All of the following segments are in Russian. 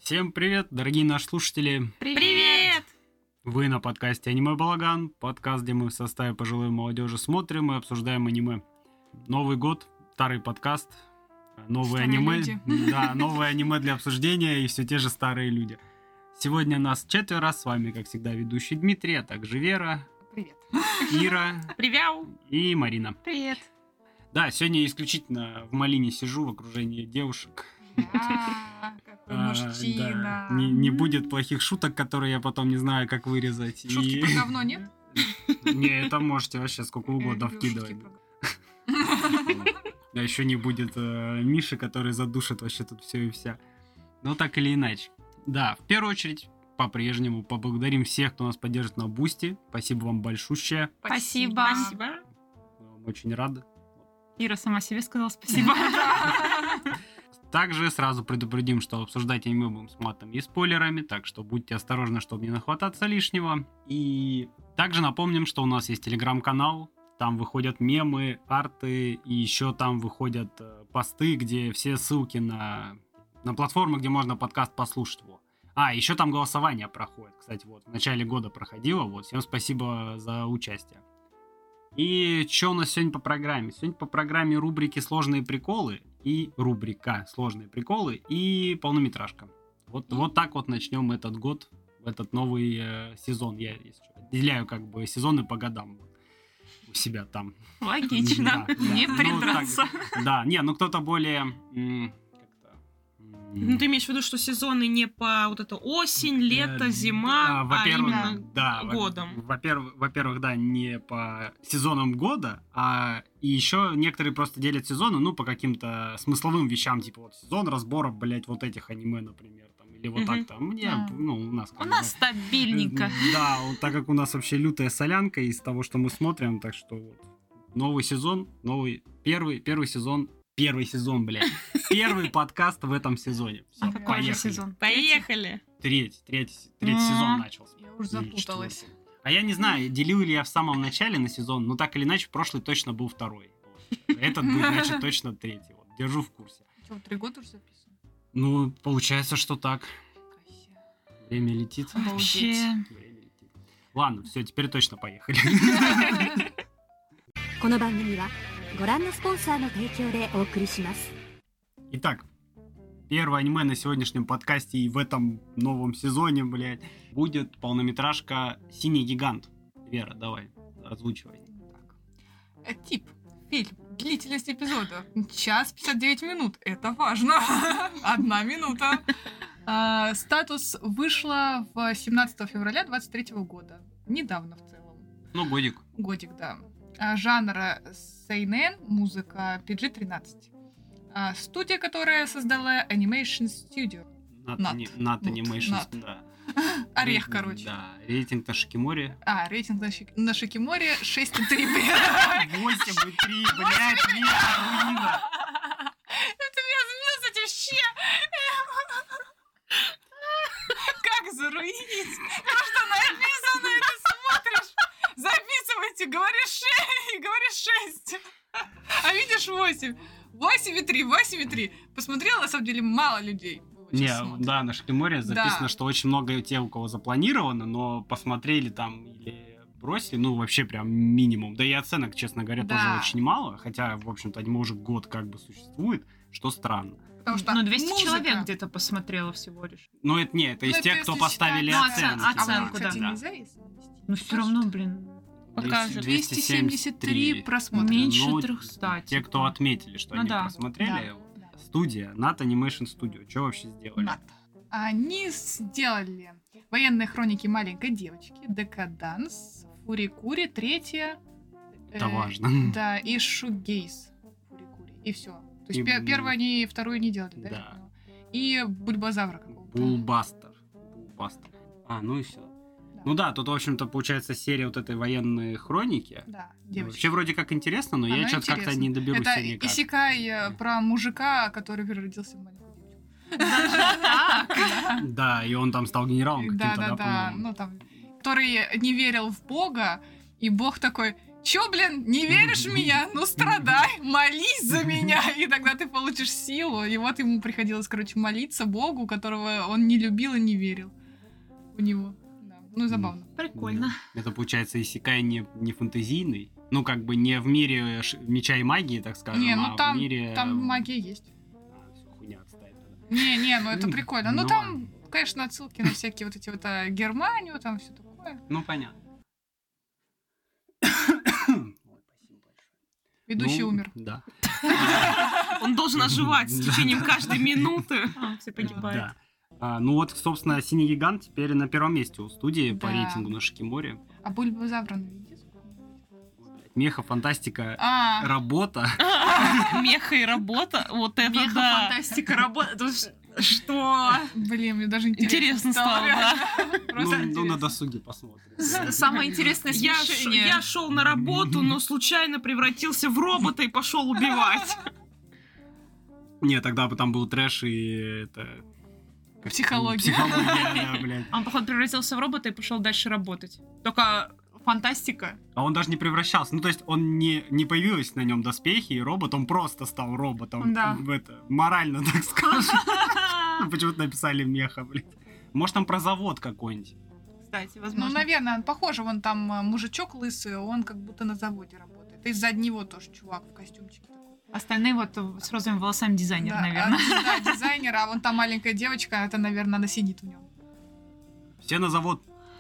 Всем привет, дорогие наши слушатели! Привет! Вы на подкасте «Аниме Балаган», подкаст, где мы в составе пожилой молодежи смотрим и обсуждаем аниме. Новый год, старый подкаст, новые Старые аниме. люди. Да, новые аниме для обсуждения и все те же старые люди. Сегодня нас 4, с вами, как всегда, ведущий Дмитрий, а также Вера, Привет. Ира Привет. и Марина. Привет. Да, сегодня я исключительно в Малине сижу в окружении девушек. Какой мужчина. Да, не будет плохих шуток, которые я потом не знаю, как вырезать. Шутки про говно нет? Не, это можете вообще сколько угодно Я люблю вкидывать. шутки про А еще не будет Миши, который задушит вообще тут все и вся. Но так или иначе. Да, в первую очередь, по-прежнему поблагодарим всех, кто нас поддержит на Бусти. Спасибо вам большущее. Спасибо. Мы вам очень рады. Ира сама себе сказала спасибо. Также сразу предупредим, что обсуждать аниме будем с матом и спойлерами, так что будьте осторожны, чтобы не нахвататься лишнего. И также напомним, что у нас есть телеграм-канал, там выходят мемы, арты, и еще там выходят посты, где все ссылки на платформы, где можно подкаст послушать. Вот. Еще там голосование проходит. Кстати, вот в начале года проходило. Вот. Всем спасибо за участие. И что у нас сегодня по программе? Сегодня по программе рубрики «Сложные приколы» и рубрика «Сложные приколы» и полнометражка. Вот так вот начнем этот год, этот новый сезон. Я отделяю как бы сезоны по годам у себя там. Логично. Да, Не ну, придраться. кто-то более... Ну, ты имеешь в виду, что сезоны не по вот это осень, лето, зима, а именно годом. Во-первых, да, не по сезонам года, и еще некоторые просто делят сезоны, по каким-то смысловым вещам, типа вот сезон разборов, блядь, вот этих аниме, например, там, или вот так там. У нас У нас стабильненько. Да, вот так как у нас вообще лютая солянка из того, что мы смотрим, так что вот новый сезон, первый сезон, блядь. Первый подкаст в этом сезоне. Всё, Какой же сезон? Поехали. Третий сезон начался. Я уже запуталась. А я не знаю, делил ли я в самом начале на сезон, но так или иначе, прошлый точно был второй. Вот. Этот будет, значит, точно третий. Вот. Держу в курсе. Что, 3 года уже записано? Получается, что так. Время летит. Вообще. Время летит. Ладно, все, теперь точно поехали. この番組はご覧のスポンサーの提供でお送りします。 Итак, первое аниме на сегодняшнем подкасте и в этом новом сезоне, блядь, будет полнометражка «Синий гигант». Вера, давай, озвучивай. Тип. Фильм. Длительность эпизода. 1:59 минут. Это важно. 1 минута. Статус вышла в 17 февраля 23 года. Недавно в целом. Годик. Годик, да. Жанра сейнэн, музыка PG-13. Студия, которая создала Animation Studio. Nat Animation, да. Орех, короче. Да, рейтинг на Шикиморе. Рейтинг на Шикиморе 6,3, блядь. 8,3, блядь, Вера. Это меня сбил, кстати, вообще. Как заруинить? Просто написано, и ты смотришь. Записывайте, говоришь 6. А видишь 8. 8,3. Посмотрела, на самом деле, мало людей. Да, на Шикиморе записано, что очень много тех, у кого запланировано, но посмотрели там или бросили, вообще прям минимум. Да и оценок, честно говоря, тоже очень мало, хотя, в общем-то, аниме уже год как бы существует, что странно. Потому что 200 человек где-то посмотрело всего лишь. Это из тех, кто поставили оценку. Оценку, да. Нельзя, Но все равно, блин. Покажет. 273 просмотра. Меньше 300. Те, кто отметили, что они просмотрели. Студия, Nat Animation Studio. Что вообще сделали? Они сделали военные хроники маленькой девочки, Декаданс, Фурикури, 3. Это важно. Да, и Шугейс. Фурикури. И все. То есть первую они и вторую не делали, да? Да. И Бульбазавра какого-то. Булбастер. И все. Тут, в общем-то, получается серия вот этой военной хроники. Да, девочки. Вообще вроде как интересно, но я что-то как-то не доберусь Это никак. исекай про мужика, который переродился в маленькую девочку. Да, и он там стал генералом каким-то, Да, который не верил в Бога, и Бог такой: Чё, блин, не веришь в меня? Ну, страдай, молись за меня, и тогда ты получишь силу. И вот ему приходилось, короче, молиться Богу, которого он не любил и не верил в него. Да. Ну, забавно. Прикольно. Это, получается, исекай не фэнтезийный, ну, как бы не в мире меча и магии, так скажем, Не, ну а в мире... там магия есть. Всё, хуйня отставит тогда. Не, ну это прикольно. Ну, Ну, там, конечно, отсылки на всякие вот эти вот Германию, там все такое. Ну, понятно. Ведущий Ну, умер. Да. Он должен оживать с течением каждой минуты. Все Да. погибают. Ну вот, собственно, «Синий гигант» теперь на первом месте у студии по Да. рейтингу на Шикиморе. А Бульбазавра на виде? Меха, фантастика, А, работа. Меха и работа. Вот это Меха, да. фантастика, работа. Что? блин, мне даже Интересно стало, да. Просто Ну, на интересно. досуге посмотрим. Самое интересное смешение. Я шел на работу, но случайно превратился в робота и пошел убивать. Не, тогда бы там был трэш и это... Психология. Психология, да, блядь. Он, походу, превратился в робота и пошел дальше работать. Только фантастика. А он даже не превращался. Ну, то есть он не появились на нем доспехи и робот, он просто стал роботом. Да. Морально, так скажем. Почему-то написали меха, блядь. Может, там про завод какой-нибудь. Кстати, Ну, возможно. наверное, похоже, вон там мужичок лысый, он как будто на заводе работает. И сзади него тоже чувак в костюмчике такой. Остальные вот с розовыми волосами дизайнер, Да, наверное. Да, дизайнер, а вон там маленькая девочка, это, наверное, она сидит в нем. Все на завод.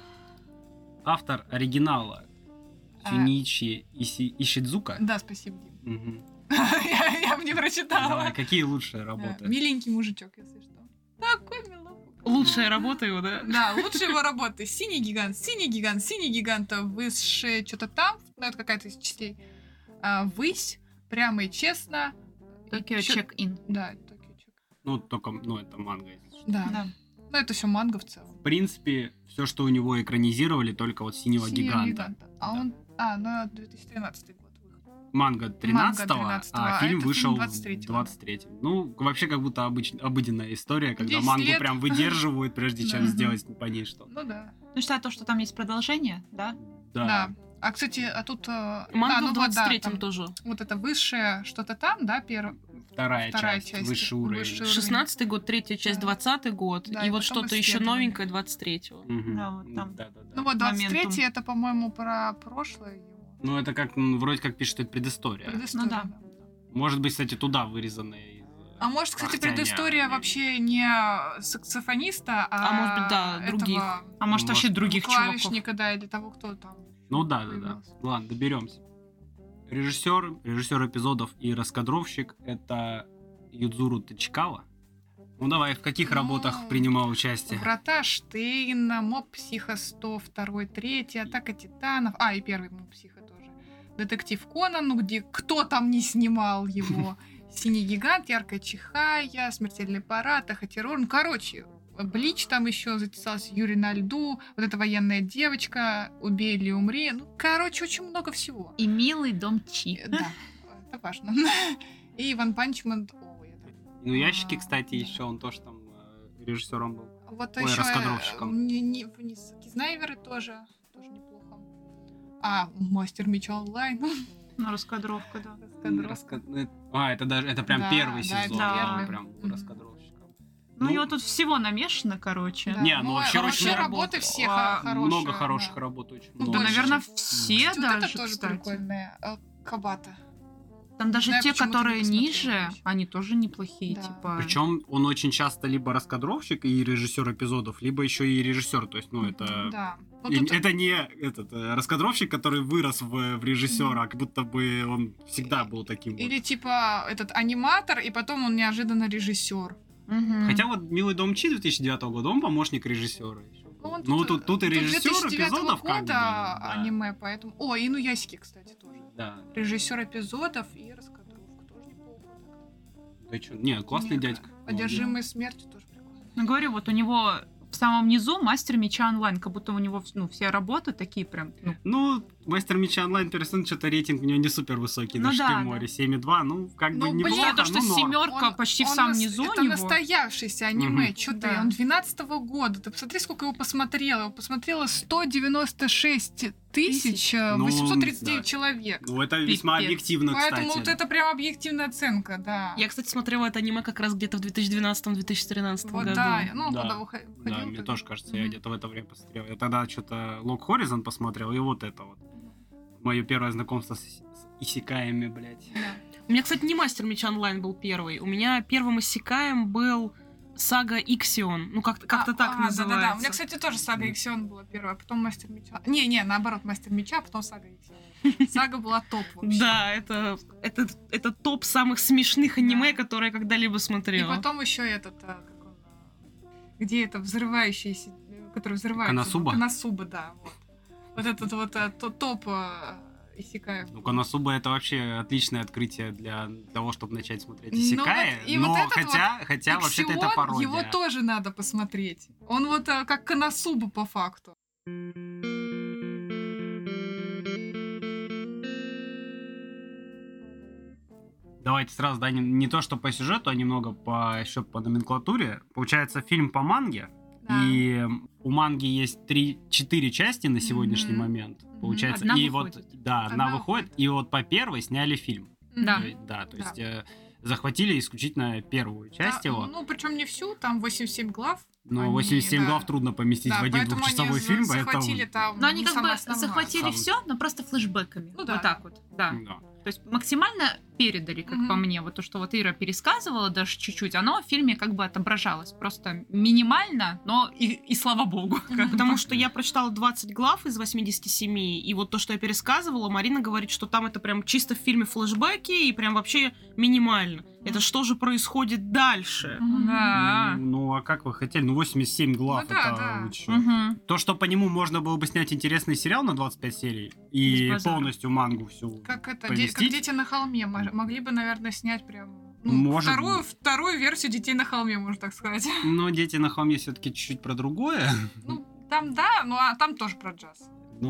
Автор оригинала Сюничи Ишидзука. Да, спасибо, Дим. Мгм. Я бы не прочитала. Давай, какие лучшие Да, работы? миленький мужичок, если что. Такой милый. Лучшая работа его, да? Да, лучшие его работы. Синий гигант, синий гигант, синий гигант, высшее что-то там, ну, это какая-то из частей. Высь, прямо и честно. Токио Чё- чек-ин. Да, Токио чек. Ну, только, это манга, если что. Да. Да. Ну, это все манга в целом. В принципе, все, что у него экранизировали, только вот «Синего Синего гиганта». А он... ну, 2013 год выход. Манга 13-го, Манга 13-го, а а фильм это вышел фильм в 23-го. 23-м. Ну, вообще, как будто обыденная история, когда 10 мангу лет. прям выдерживают, прежде чем Да. сделать по ней что-то. Ну, да. Ну, считаю то, что там есть продолжение, да? Да. А, кстати, а тут... Манга ну в вот, да, 23-м там тоже. вот это высшее что-то там, да, Вторая Вторая часть, часть, высший уровень. высший 16-й год, третья часть, Да. 20-й год. Да, И и вот потом что-то еще исследование. новенькое 23-го. Мгм. Да, вот там. Да. Ну вот 23-й Моментум. это, по-моему, про прошлое его. Ну, это как, вроде как пишет, это предыстория. Предыстория, Ну да. Может быть, кстати, туда вырезанная из... А может, кстати, Хотя не, предыстория не. вообще не саксофониста, А может быть, да, этого других. А может, вообще Может, других чуваков. клавишника, да, или того, кто там. Ну да. появился. Ладно, доберемся. Режиссер эпизодов и раскадровщик — это Юдзуру Тачикава. Ну давай, в каких Ну, работах принимал участие? Врата Штейна, Моб Психо 100, 2, 3, Атака Титанов. И первый Моб Психо тоже. Детектив Конан, ну где кто там не снимал его. Синий гигант, Яркая чихая, Смертельный парад, Ахатеррор. Ну, короче, Блич там еще затесался, Юрий на льду, вот эта военная девочка, Убей или умри. Ну, короче, очень много всего. И милый дом Чи. Да, это важно. И Ван Панчмен. Ну, ящики, кстати, еще он тоже там режиссером был. Вот Ой, еще раскадровщиком. Кизнайверы тоже неплохо. Мастер меча онлайн. Ну, раскадровка, да. Раскадровка. Это прям Да, первый да, сезон. это он первый. прям Мгм. раскадровщиком. Ну, у него тут всего намешано, короче. Да. Не, ну вообще вообще очень работы все А, хорошие. много хороших да. работ, очень Ну, Да, много. больше, наверное, чем- все Вот даже, это тоже кстати. прикольное. Кабата. Там даже Да, я те, почему-то не которые посмотрела ниже, вообще. они тоже неплохие, Да. типа... Причем он очень часто либо раскадровщик и режиссер эпизодов, либо еще и режиссер. То есть, это... Да. Ну, И тут- это не раскадровщик, который вырос в режиссера, а как будто бы он всегда был таким. вот. Или типа этот аниматор, и потом он неожиданно режиссер. Мгм. Хотя вот «Милый дом Чи» 2009 года, он помощник режиссера. еще был. Он Ну, тут и режиссер 2009 эпизодов как бы. года да. аниме, поэтому... О, и Инуясики, кстати, тоже. Да. Режиссер эпизодов и раскадровка. Тоже неплохо. Да чё, не, классный Нет, дядька. Одержимый смертью тоже прикольно. Ну, говорю, вот у него в самом низу мастер меча онлайн, как будто у него все работы такие прям, Ну, «Мастер меча онлайн» персон, что-то рейтинг у него не супер высокий, Ну на да, Шикиморе, 7,2, ну, как бы Ну, блин, неплохо, то, что ну, но. семерка почти в самом низу это у него. настоявшийся аниме. Мгм. Чё ты? Да. Он 12-го года. Ты посмотри, сколько его посмотрела. Его посмотрело 196 839 да. человек. Ну, это весьма Пипец. объективно, Поэтому кстати. вот это прям объективная оценка, да. Я, кстати, смотрела это аниме как раз где-то в 2012-2013 Вот, году. да, ну, Да. когда выходил. Да, мне тоже кажется, я Мгм. где-то в это время посмотрел. Я тогда что-то Log Horizon посмотрел, и вот это вот. Мое первое знакомство с исекаями, блядь. Да. У меня, кстати, не Мастер Меча Онлайн был первый. У меня первым иссякаем был Сага Иксион. Ну, как-то так называется. Да-да-да. У меня, кстати, тоже Сага Иксион была первая, а потом Мастер Меча. Не, наоборот, Мастер Меча, а потом Сага Иксион. Сага была топ вообще. Да, это топ самых смешных аниме, Да. которые я когда-либо И смотрела. потом еще этот, где это взрывающийся, который взрывается. Коносуба? Коносуба, да. Вот этот вот топ иссякаев. Ну, Коносуба это вообще отличное открытие для того, чтобы начать смотреть Ну исекаи. вот, и но вот этот хотя вообще-то это Иксион, пародия. его тоже надо посмотреть. Он вот как Коносуба по факту. Давайте сразу, да, не то, что по сюжету, а немного еще по номенклатуре. Получается, фильм по манге. Да. И у манги есть 3-4 части на сегодняшний Мгм. момент. Мгм. Получается, Одна и выходит. вот, да, одна Одна выходит, и вот по первой сняли фильм. Да. То есть захватили исключительно первую часть Да, его. Ну, причем не всю, там 87 глав. Но они, 87 да. глав трудно поместить Да, в один поэтому двухчасовой они фильм, захватили поэтому... там Но они как самое бы основное. захватили Сам. все, но просто флешбэками. Ну да, Вот так вот, да. Да. То есть максимально передали, как Мгм. по мне. Вот то, что вот Ира пересказывала даже чуть-чуть, оно в фильме как бы отображалось. Просто минимально, но и слава богу. Мгм. Потому что я прочитала 20 глав из 87, и вот то, что я пересказывала, Марина говорит, что там это прям чисто в фильме флешбеки, и прям вообще минимально. Это что же происходит дальше? Да. Ну, а как вы хотели? Ну, 87 глав, Ну да, это да. вы чё? Мгм. То, что по нему можно было бы снять интересный сериал на 25 серий и Без базара. полностью мангу всю. Как это, поместить? как «Дети на холме». Могли бы, наверное, снять прям Может вторую версию «Детей на холме», можно так сказать. Но «Дети на холме» все-таки чуть-чуть про другое. Ну, там да, ну а там тоже про джаз.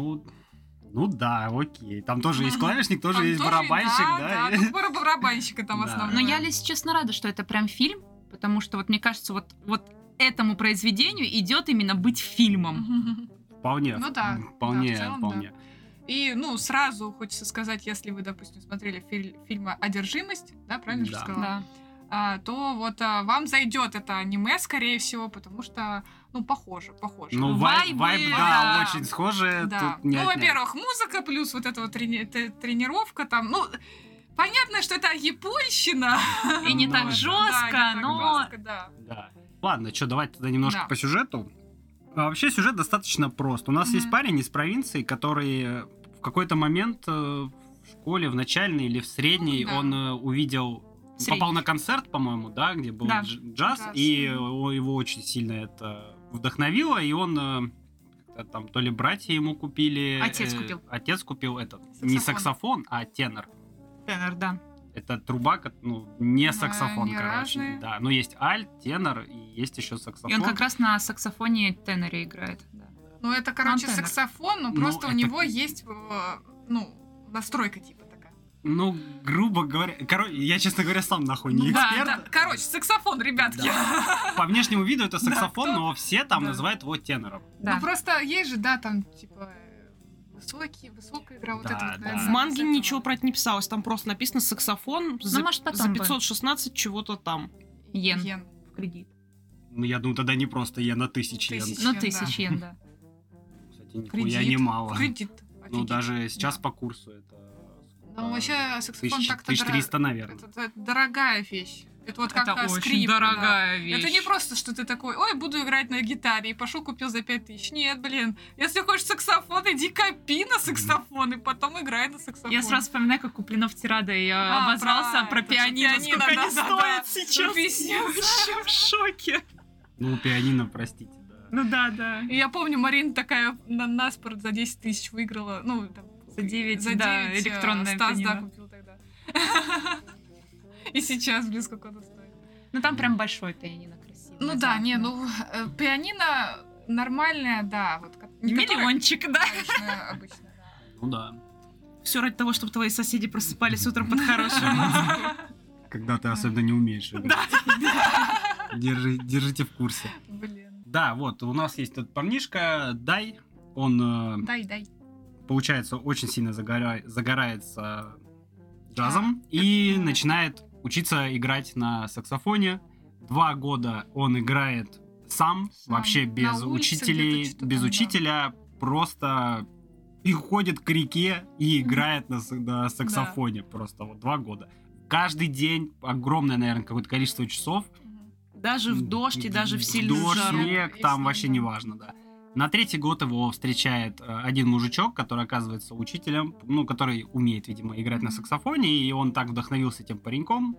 Ну да, окей. Там тоже есть клавишник, тоже Там есть тоже, барабанщик, да. Да, и- тут барабанщика там Да. основной. Но я, если честно, рада, что это прям фильм, потому что вот мне кажется, вот этому произведению идет именно быть фильмом. Вполне. Ну да, Вполне, да, в целом, вполне. И, сразу хочется сказать, если вы, допустим, смотрели фильм «Одержимость», да, правильно же Да. сказала? Да. То вот вам зайдет это аниме, скорее всего, потому что, похоже. Ну, Вайбы, вайб, да, да. очень схожие. Да. Тут не отнять. Во-первых, музыка плюс вот эта вот тренировка там, понятно, что это японщина. И не Ну, так да. жестко, Да, не так но жестко, да. Да. Ладно, что, давайте тогда немножко Да. по сюжету. Вообще сюжет достаточно прост. У нас Мгм. есть парень из провинции, который в какой-то момент в школе, в начальной или в средней, Да. он увидел... Средний. Попал на концерт, по-моему, да, где был Да. джаз, Джаз. и его очень сильно это вдохновило, и он как-то там то ли братья ему купили... Отец купил этот, не саксофон, а тенор. тенор, да. Это труба, не Да, саксофон, они короче. разные. Да, ну есть альт, тенор и есть еще саксофон. И он как раз на саксофоне теноре играет. Да. Это, короче, Антенна. саксофон, но Ну, просто у это- него есть, настройка типа такая. Ну, грубо говоря... я, честно говоря, сам нахуй не Да, эксперт. Да, короче, саксофон, ребятки. По внешнему виду это саксофон, кто- но все там Да. называют его тенором. Да. Просто есть же, да, там, типа, высокая игра, вот Да, это вот, да. наверное, В манге из этого. ничего про это не писалось, там просто написано саксофон за, может, потом за бы. 516 чего-то там. Йен. В кредит. Ну, я думаю, тогда не просто йен, а 1000 йен. Тысяча. Ну, Йен, 1000 йен, да. Кстати, нихуя Кредит, немало. Кредит. Ну, Офигеть. даже сейчас Да. по курсу это... Ну, вообще, саксофон так-то 1300, наверное. это дорогая вещь. Это вот как Это очень скрипка, да. дорогая вещь. Это не просто, что ты такой, ой, буду играть на гитаре, и пошел купил за 5000. Нет, блин, если хочешь саксофон, иди копи на саксофон, и потом играй на саксофон. Я сразу вспоминаю, как Куплинов Тирада и обозвался про это пианино, пианино, сколько да, они да, стоят да. сейчас. Ну, пиздец. Я вообще в шоке. Ну, пианино, простите, да. Ну да, да. И я помню, Марина такая на спорт за 10 тысяч выиграла, там, За 9, за да, 9 электронное Стас, да, пианино. купил тогда. И сейчас, блин, сколько оно стоит. Ну там прям большой пианино красивый. Ну да, пианино нормальное, да. Вот, не которое Миллиончик, да. обычно, да. Ну да. Все ради того, чтобы твои соседи просыпались утром под хорошую музыку. Когда ты особенно не умеешь играть. Держите в курсе. Блин. Да, вот, у нас есть этот парнишка, Дай. Он Дай. получается, очень сильно загорается джазом и начинает учиться играть на саксофоне. 2 года он играет сам вообще без учителя, просто и ходит к реке и играет на саксофоне. Просто вот 2 года. Каждый день огромное, наверное, какое-то количество часов. Даже в дождь и даже в сильную жару. Снег, там вообще не важно, да. На 3-й год его встречает один мужичок, который оказывается учителем, ну, который умеет, видимо, играть на саксофоне, и он так вдохновился тем пареньком.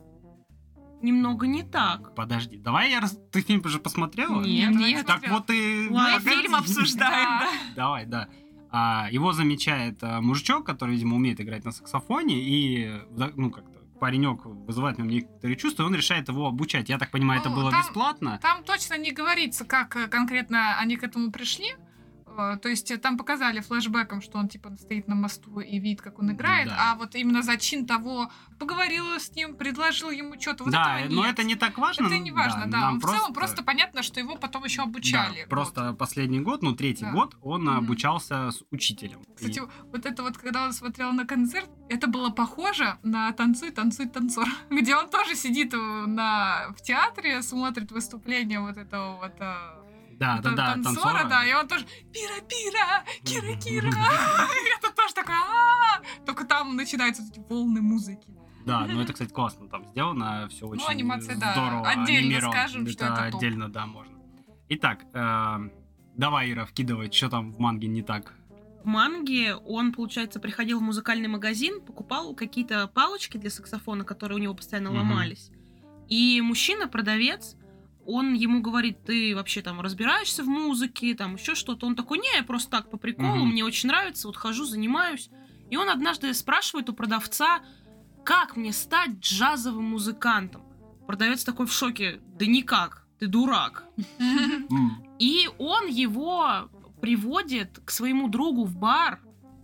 Немного не так. Подожди, давай ты фильм уже посмотрела? Нет. Так вот и... Мы фильм обсуждаем, да. Давай, да. Его замечает мужичок, который, видимо, умеет играть на саксофоне, и, ну, как-то паренек вызывает в нем некоторые чувства, и он решает его обучать. Я так понимаю, это было бесплатно? Там точно не говорится, как конкретно они к этому пришли. То есть там показали флешбеком, что он типа стоит на мосту и видит, как он играет, Да. а вот именно зачин того, поговорила с ним, предложил ему что-то, вот Да, этого нет. но это не так важно. Это не важно, да. нам В целом просто понятно, что его потом еще обучали. Да, просто последний год, ну, 3-й год, он обучался с учителем. Кстати, вот это вот, когда он смотрел на концерт, это было похоже на «Танцуй, танцуй, танцор», где он тоже сидит в театре, смотрит выступление вот этого вот... Да, танцора, да, и он тоже «Пира-пира! Кира-кира!» Это тоже такое только там начинаются эти волны музыки. Да, ну это, кстати, классно там сделано, все очень анимация, да. здорово. Отдельно скажем, что это топ. Отдельно, да, можно. Итак, давай, Ира, вкидывай, что там в манге не так. В манге он, получается, приходил в музыкальный магазин, покупал какие-то палочки для саксофона, которые у него постоянно ломались. И мужчина-продавец, он ему говорит: ты вообще там разбираешься в музыке, там еще что-то. Он такой: не, я просто так по приколу, мне очень нравится, вот хожу, занимаюсь. И он однажды спрашивает у продавца: как мне стать джазовым музыкантом? Продавец такой в шоке: да никак, ты дурак. И он его приводит к своему другу в бар,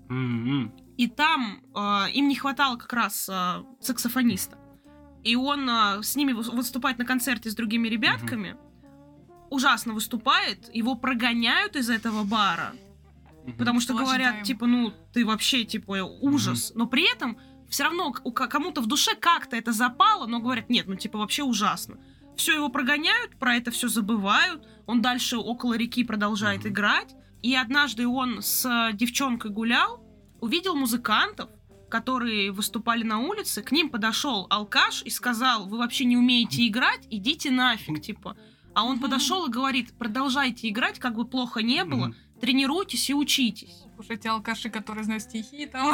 и там им не хватало как раз саксофониста. И он с ними выступает на концерте с другими ребятками, ужасно выступает, его прогоняют из этого бара, потому что говорят, типа, ну, ты вообще, типа, ужас. Но при этом все равно кому-то в душе как-то это запало, но говорят: нет, ну, типа, вообще ужасно. Все, его прогоняют, про это все забывают, он дальше около реки продолжает играть. И однажды он с девчонкой гулял, увидел музыкантов, которые выступали на улице, к ним подошел алкаш и сказал: вы вообще не умеете играть, идите нафиг, типа. А он подошел и говорит: продолжайте играть, как бы плохо не было, тренируйтесь и учитесь. Уж эти алкаши, которые знают стихи, там...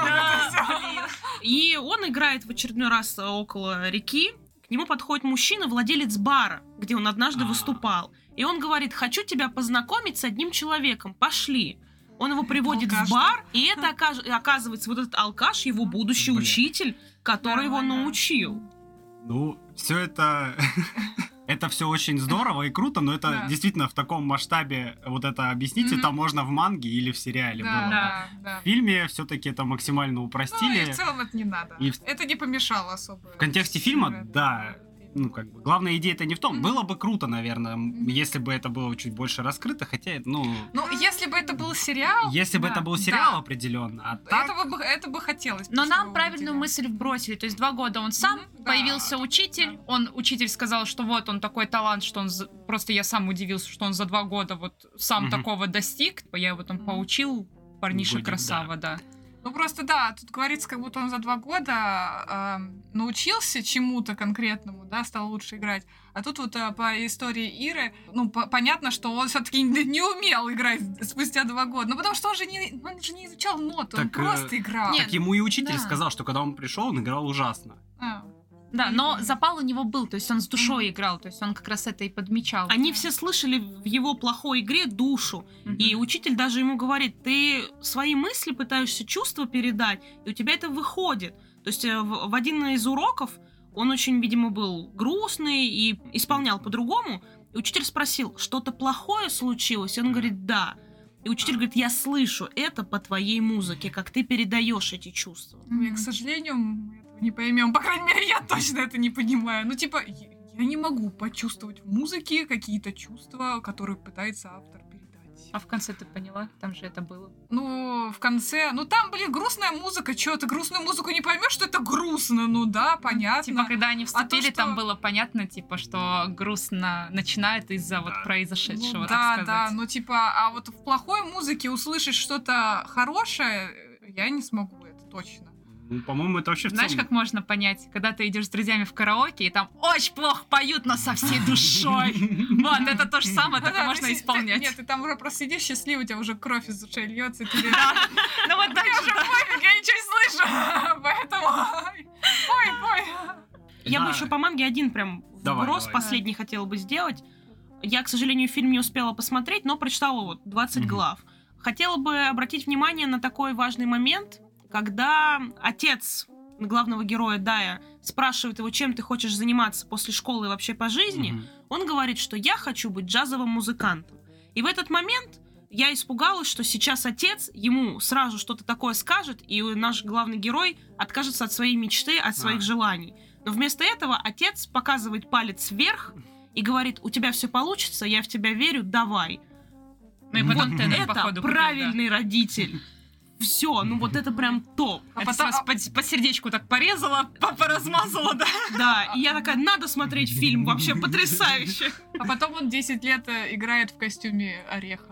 И он играет в очередной раз около реки, к нему подходит мужчина, владелец бара, где он однажды выступал. И он говорит: хочу тебя познакомить с одним человеком, пошли. Он его приводит в бар, и это оказывается вот этот алкаш, его будущий учитель, который его научил. Ну, все это... Это все очень здорово и круто, но это действительно в таком масштабе вот это объяснить, это можно в манге или в сериале было. Да. В фильме все-таки это максимально упростили. Ну, и в целом это не надо. Это не помешало особо. В контексте фильма, да. Ну, как бы, главная идея-то не в том. Было бы круто, наверное, если бы это было чуть больше раскрыто, хотя, ну... Ну, если бы это был сериал... Если бы это был сериал, определенно, а так... Это бы хотелось. Но нам правильную мысль вбросили. То есть 2 года он сам, появился учитель, учитель сказал, что вот он такой талант, что он... Просто я сам удивился, что он за 2 года вот сам такого достиг. Я его там поучил, парниша красава, да. Ну, просто, да, тут говорится, как будто он за 2 года научился чему-то конкретному, да, стал лучше играть. А тут вот по истории Иры, ну, понятно, что он все-таки не умел играть спустя 2 года. Ну, потому что он же не изучал ноты, он просто играл. Так ему и учитель сказал, что когда он пришел, он играл ужасно. Да, но запал у него был, то есть он с душой играл, то есть он как раз это и подмечал. Они все слышали в его плохой игре душу, и учитель даже ему говорит: ты свои мысли пытаешься, чувства передать, и у тебя это выходит. То есть в один из уроков он очень, видимо, был грустный и исполнял по-другому, и учитель спросил: что-то плохое случилось? И он говорит: да. И учитель говорит: я слышу это по твоей музыке, как ты передаешь эти чувства. И, к сожалению, мы этого не поймем. По крайней мере, я точно это не понимаю. Ну, типа, я не могу почувствовать в музыке какие-то чувства, которые пытается автор передать. А в конце ты поняла? Там же это было. Ну, в конце... Ну, там, грустная музыка. Чё, ты грустную музыку не поймешь, что это грустно? Ну да, понятно. Типа, когда они вступили, что... там было понятно, типа, что грустно начинает из-за вот произошедшего, ну, так сказать. Да, ну типа, а вот в плохой музыке услышать что-то хорошее, я не смогу, это точно. Ну, по-моему, это вообще в Знаешь, целом... как можно понять, когда ты идешь с друзьями в караоке, и там очень плохо поют, но со всей душой. Вот, это то же самое, только можно исполнять. Нет, ты там уже просто сидишь счастливый, у тебя уже кровь из ушей льется, и тебе... Ну вот дальше. Уже пофиг, я ничего не слышу, поэтому... Ой. Я бы Да. еще по манге один прям Давай, вброс давай. последний хотела бы сделать. Я, к сожалению, фильм не успела посмотреть, но прочитала вот 20 Мгм. глав. Хотела бы обратить внимание на такой важный момент, когда отец главного героя Дая спрашивает его, чем ты хочешь заниматься после школы и вообще по жизни, Мгм. он говорит, что я хочу быть джазовым музыкантом. И в этот момент я испугалась, что сейчас отец ему сразу что-то такое скажет, и наш главный герой откажется от своей мечты, от своих желаний. Но вместо этого отец показывает палец вверх и говорит, у тебя все получится, я в тебя верю, давай. Ну и потом Вот ты, Это походу, правильный родитель. Все, ну вот это прям топ. А Это потом- по сердечку так порезала, поразмазала, да? Да, и я такая, надо смотреть фильм, вообще потрясающе. А потом он 10 лет играет в костюме ореха.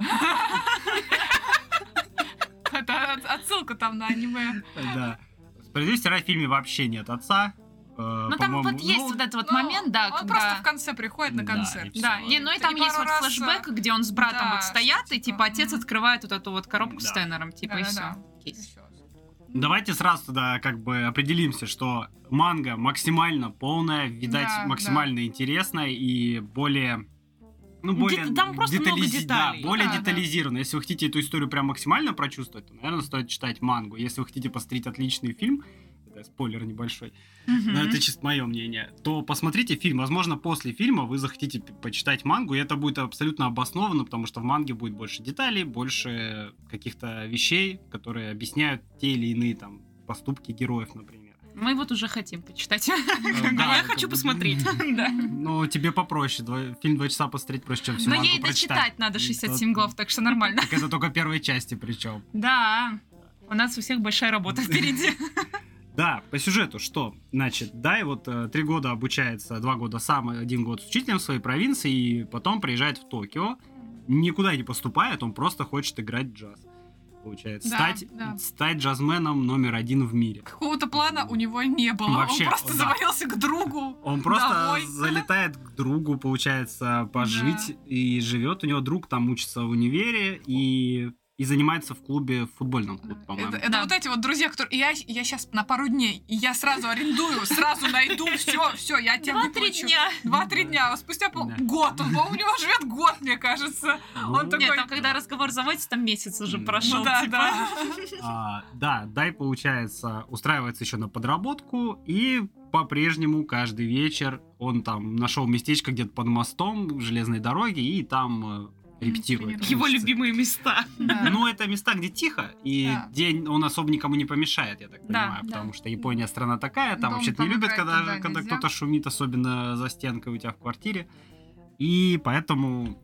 Это отсылка там на аниме. Да. Справедливости ради в фильме вообще нет отца. Ну там вот есть вот этот вот момент, да, Он когда... просто в конце приходит на Да, концерт. и всё. Да, не, ну и там И есть пару вот раз, флешбэк, где он с братом да, вот стоят, что и типа, типа отец мгм. открывает вот эту вот коробку с Да. тенором, типа, и Да-да-да. все. Всё. Давайте сразу тогда как бы определимся, что манга максимально полная, видать, Да, максимально интересная и более... Ну, более Там просто много деталей. Да, более Да, да. детализировано. Если вы хотите эту историю прям максимально прочувствовать, то, наверное, стоит читать мангу. Если вы хотите посмотреть отличный фильм, это спойлер небольшой, но это чисто мое мнение, то посмотрите фильм. Возможно, после фильма вы захотите почитать мангу, и это будет абсолютно обосновано, потому что в манге будет больше деталей, больше каких-то вещей, которые объясняют те или иные там поступки героев, например. Мы вот уже хотим почитать. Да, я это хочу будет- посмотреть. Да. Ну, тебе попроще. Фильм 2 часа посмотреть проще, чем всю Но мангу ей прочитать. дочитать надо 67 глав, так что нормально. Так это только первой части причем. Да, у нас у всех большая работа впереди. Да, по сюжету что? Значит, Дай вот 3 года обучается, 2 года сам, 1 год с учителем в своей провинции, и потом приезжает в Токио. Никуда не поступает, он просто хочет играть в джаз. Получается, Да, да. стать джазменом номер 1 в мире. Какого-то плана у него не было. Вообще, Он просто да. завалился к другу. Он просто Домой. залетает к другу, получается, пожить, и живет. У него друг там учится в универе и занимается в клубе, в футбольном клубе, по-моему. Это Да. вот эти вот друзья, которые... Я сейчас на пару дней, и я сразу арендую, сразу найду, все, я тебя 2-3 выплачу. дня. 2-3 дня. Спустя Да. год. Он, по-моему, у него живет год, мне кажется. Он такой... Нет, там когда разговор заводится, там месяц уже Ну прошел. Ну да, типа. да. Да, Дай, получается, устраивается еще на подработку, и по-прежнему каждый вечер он там нашел местечко где-то под мостом в железной дороге, и там репетирует. Его учится. любимые места. Да. Ну, это места, где тихо, и Да. день он особо никому не помешает, я так Да, понимаю, да. потому что Япония страна такая, там Дом вообще-то там не любят, играть когда туда нельзя. кто-то шумит, особенно за стенкой у тебя в квартире. И поэтому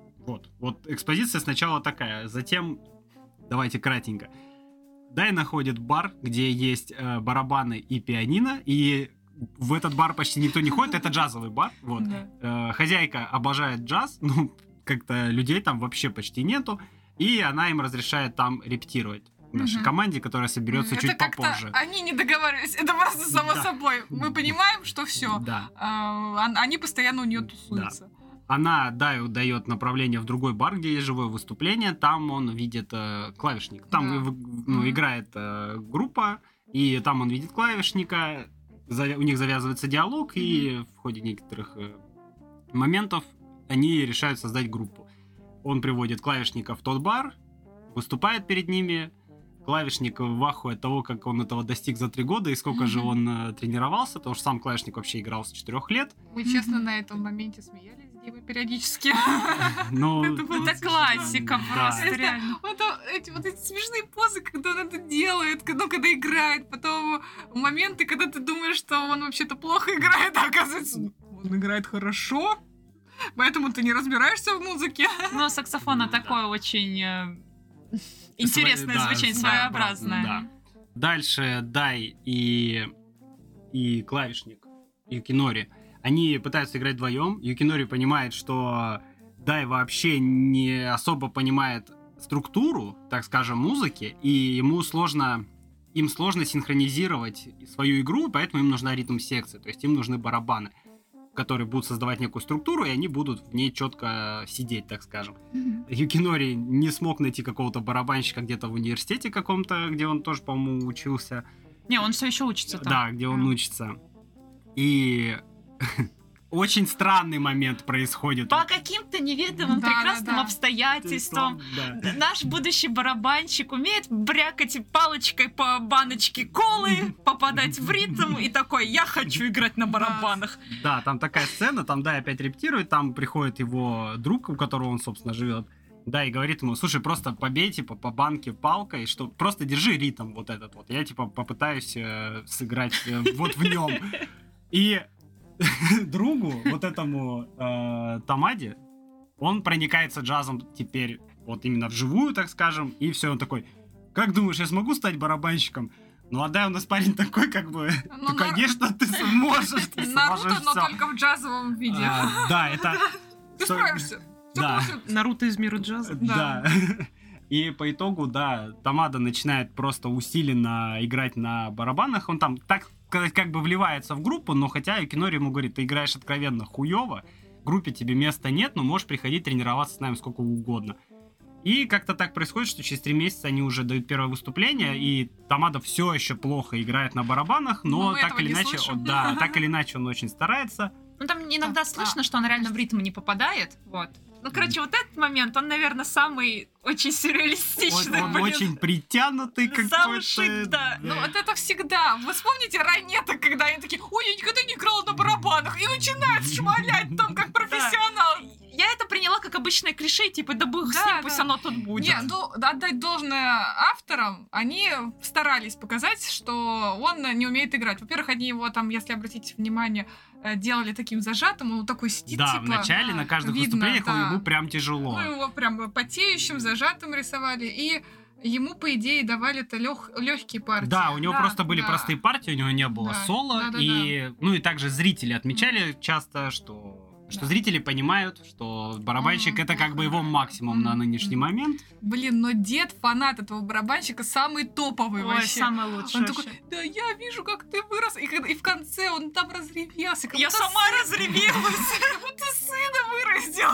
вот экспозиция сначала такая, затем давайте кратенько. Дай находит бар, где есть барабаны и пианино, и в этот бар почти никто не ходит, это джазовый бар, вот. Да. Хозяйка обожает джаз, ну, как-то людей там вообще почти нету, и она им разрешает там репетировать в нашей Мгм. команде, которая соберется Это чуть как-то попозже. они не договаривались. Это просто само Да. собой. Мы понимаем, что все. Да. Они постоянно у нее тусуются. Она Даю дает направление в другой бар, где есть живое выступление. Там он видит клавишник. Там Да. Мгм. играет группа, и там он видит клавишника. У них завязывается диалог, и в ходе некоторых моментов они решают создать группу. Он приводит клавишника в тот бар, выступает перед ними. Клавишник в ахуе от того, как он этого достиг за 3 года, и сколько же он тренировался, потому что сам клавишник вообще играл с 4 лет. Мы, честно, на этом моменте смеялись с Димой периодически. Но... Это классика Да. просто, реально. Эти смешные позы, когда он это делает, когда играет, потом моменты, когда ты думаешь, что он вообще-то плохо играет, а оказывается, он играет хорошо. Поэтому ты не разбираешься в музыке. Но саксофон такое очень интересное звучание, своеобразное. Да. Дальше Дай и клавишник Юкинори, они пытаются играть вдвоем. Юкинори понимает, что Дай вообще не особо понимает структуру, так скажем, музыки, и им сложно синхронизировать свою игру, поэтому им нужна ритм-секция, то есть им нужны барабаны, которые будут создавать некую структуру, и они будут в ней четко сидеть, так скажем. Юкинори не смог найти какого-то барабанщика где-то в университете каком-то, где он тоже, по-моему, учился. Не, он все еще учится там. Да, где он учится. И очень странный момент происходит. По каким-то неведомым прекрасным да. обстоятельствам Да. наш будущий барабанщик умеет брякать палочкой по баночке колы, попадать в ритм и такой: я хочу играть на барабанах. Да, там такая сцена, там Дай опять репетирует, там приходит его друг, у которого он, собственно, живет. Да, и говорит ему: слушай, просто побей, типа, по банке палкой, что просто держи ритм вот этот вот. Я, типа, попытаюсь сыграть вот в нем. И другу, вот этому Тамаде, он проникается джазом теперь вот именно вживую, так скажем, и все, он такой: как думаешь, я смогу стать барабанщиком? Ну, а да, у нас парень такой, как бы, Ну, конечно, ты сможешь, ты Наруто, сможешь но всё. только в джазовом виде. Да, это... Ты справишься. Всё Да. получится. Наруто из мира джаза. Да. И по итогу, да, Тамада начинает просто усиленно играть на барабанах. Он там, так сказать, как бы вливается в группу, но хотя Юкинори ему говорит: ты играешь откровенно хуёво, в группе тебе места нет, но можешь приходить тренироваться с нами сколько угодно. И как-то так происходит, что через 3 месяца они уже дают первое выступление, и Тамада все еще плохо играет на барабанах, но мы так этого или не иначе, слышим. так или иначе он очень старается. Ну, там иногда слышно, что он реально в ритм не попадает. Вот. Ну, короче, вот этот момент, он, наверное, самый очень сюрреалистичный. Он блин. очень притянутый Замшит, какой-то. да. Ну вот это всегда. Вы вспомните ранеток, когда они такие: ой, я никогда не играла на барабанах, и начинают шмалять там как профессионал. Я это приняла как обычное клише, типа, да бог с Да, ним, пусть да. оно тут будет. Не, ну, отдать должное авторам, они старались показать, что он не умеет играть. Во-первых, они его там, если обратите внимание, делали таким зажатым, он вот такой сидит, Да, типа... вначале на каждых видно, выступлениях да. ему прям тяжело. Ну, его прям потеющим, зажатым рисовали, и ему, по идее, давали-то легкие партии. Да, у него Да, просто были да. простые партии, у него не было Да, соло, да-да-да. и ну и также зрители отмечали часто, что Да. зрители понимают, что барабанщик это как бы его максимум на нынешний момент. Блин, но дед, фанат этого барабанщика, самый топовый Ой, вообще. самое лучшее. Он такой: вообще. да я вижу, как ты вырос. И в конце он там разревелся. как Я будто сама разревелась. Как будто сына вырастил.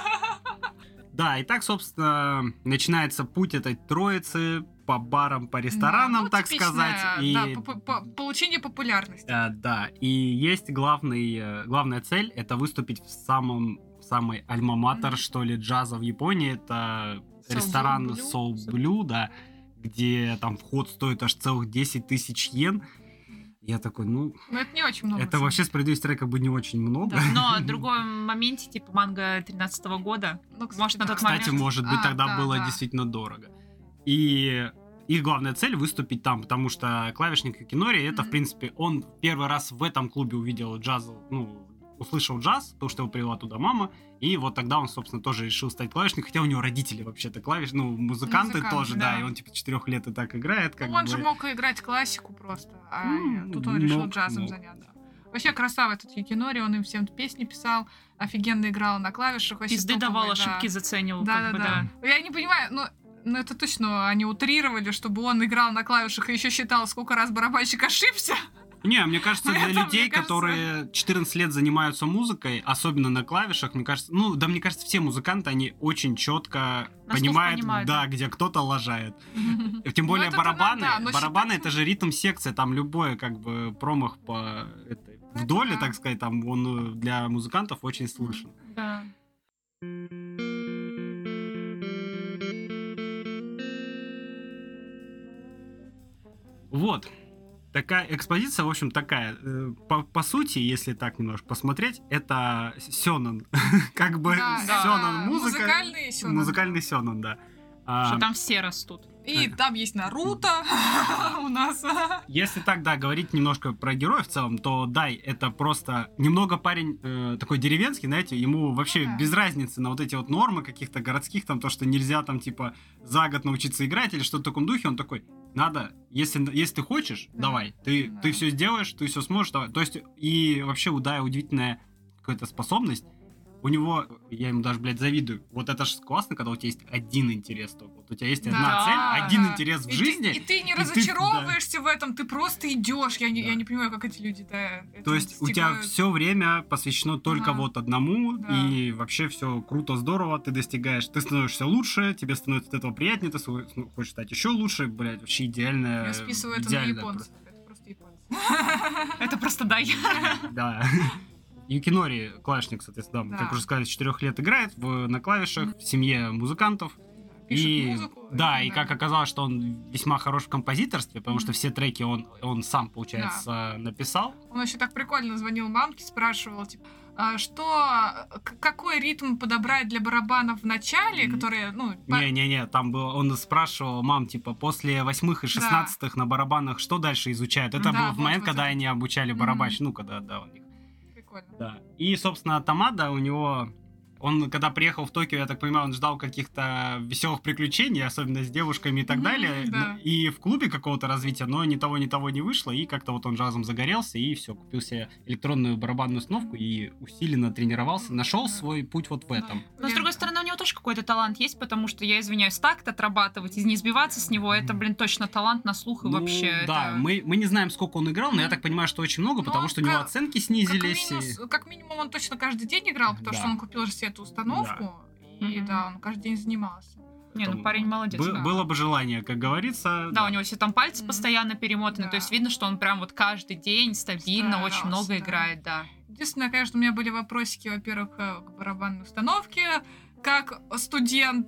Да, и так, собственно, начинается путь этой троицы по барам, по ресторанам, Ну, так типичное, сказать. И Да, получение популярности. да, и есть главная цель — это выступить в самой альма-матер, что ли, джаза в Японии. Это Soul ресторан Blue. Soul Blue, да, где там вход стоит аж целых 10 тысяч йен. Я такой, ну, Но это не очень много. это вообще, справедливости как бы не очень много. Да, но в другом моменте, типа манго 13-го года, Ну, кстати, может, на тот да. Кстати, момент. может быть, тогда да, было да. действительно дорого. И их главная цель — выступить там, потому что клавишник Юкинори, это, в Мгм. принципе, он первый раз в этом клубе увидел джаз, ну, услышал джаз, потому что его привела туда мама, и вот тогда он, собственно, тоже решил стать клавишником, хотя у него родители вообще-то музыканты Музыканты, тоже, да, да. и он, типа, 4 лет и так играет, как Ну, он бы. же мог играть классику просто, а Ну, тут он решил мог, джазом мог, заняться. Вообще красава этот Юкинори, он им всем песни писал, офигенно играл на клавишах. вообще Пизды топовый, давал, да. ошибки заценивал, Да, как бы, да, да. Я не понимаю, но это точно они утрировали, чтобы он играл на клавишах и еще считал, сколько раз барабанщик ошибся. Не, мне кажется, для Это, людей, мне кажется- которые 14 лет занимаются музыкой, особенно на клавишах, мне кажется, мне кажется, все музыканты, они очень четко На слух понимают, понимают, да, да. где кто-то лажает. Тем более это барабаны, да, но барабаны считать- это же ритм-секция, там любой как бы промах по этой вдоле, да. так сказать, там он для музыкантов очень слышен. Да. Вот. Такая экспозиция, в общем, такая. По сути, если так немножко посмотреть, это сёнэн. Как бы Да, сёнэн да, музыка. музыкальный сёнэн. Музыкальный сёнэн, да. Что там все растут. И там есть Наруто у нас. Если так, да, говорить немножко про героев в целом, то Дай это просто немного парень такой деревенский, знаете, ему вообще без разницы на вот эти вот нормы каких-то городских, там то, что нельзя там типа за год научиться играть или что-то в таком духе, он такой, надо, если ты хочешь, давай, ты все сделаешь, ты все сможешь, давай. То есть и вообще у Дая удивительная какая-то способность. У него, я ему даже, блядь, завидую. Вот это же классно, когда у тебя есть один интерес только. Вот у тебя есть одна цель, один интерес в жизни. И ты не разочаровываешься в этом, ты просто идешь. Я не понимаю, как эти люди, То есть у тебя все время посвящено только вот одному, и вообще все круто, здорово, ты достигаешь, ты становишься лучше, тебе становится от этого приятнее, ты хочешь стать еще лучше, блядь, вообще идеальное. Я списываю это на японцев. Это просто японцы. Это просто Дай. Да. Юкинори, клавишник, соответственно, как уже сказали, с 4 лет играет на клавишах, в семье музыкантов. Пишет музыку. Да, и как оказалось, что он весьма хорош в композиторстве, потому что все треки он сам, получается, написал. Он еще так прикольно звонил мамке, спрашивал, типа, какой ритм подобрать для барабанов в начале, которые, Не-не-не, там было, он спрашивал мам, типа, после 8-х и 16-х на барабанах что дальше изучают? Это был в момент, когда они обучали барабанщиков, когда, у них. Да. И, собственно, Тамада у него... Он, когда приехал в Токио, я так понимаю, он ждал каких-то веселых приключений, особенно с девушками и так далее. Да. И в клубе какого-то развития, но ни того не вышло. И как-то вот он разом загорелся, и все, купил себе электронную барабанную установку и усиленно тренировался, нашел свой путь вот в этом. Но, с другой стороны, у него тоже какой-то талант есть, потому что, я извиняюсь, такт отрабатывать и не сбиваться с него, это, точно талант на слух и вообще... Да, это... мы не знаем, сколько он играл, но я так понимаю, что очень много, потому что у него оценки снизились. Как минимум он точно каждый день играл, потому что он купил же себе эту установку, и он каждый день занимался. Не, парень молодец. Было бы желание, как говорится. Да, у него все там пальцы постоянно перемотаны, то есть видно, что он прям вот каждый день стабильно очень много играет, да. Единственное, конечно, у меня были вопросики, во-первых, к барабанной установке, как студент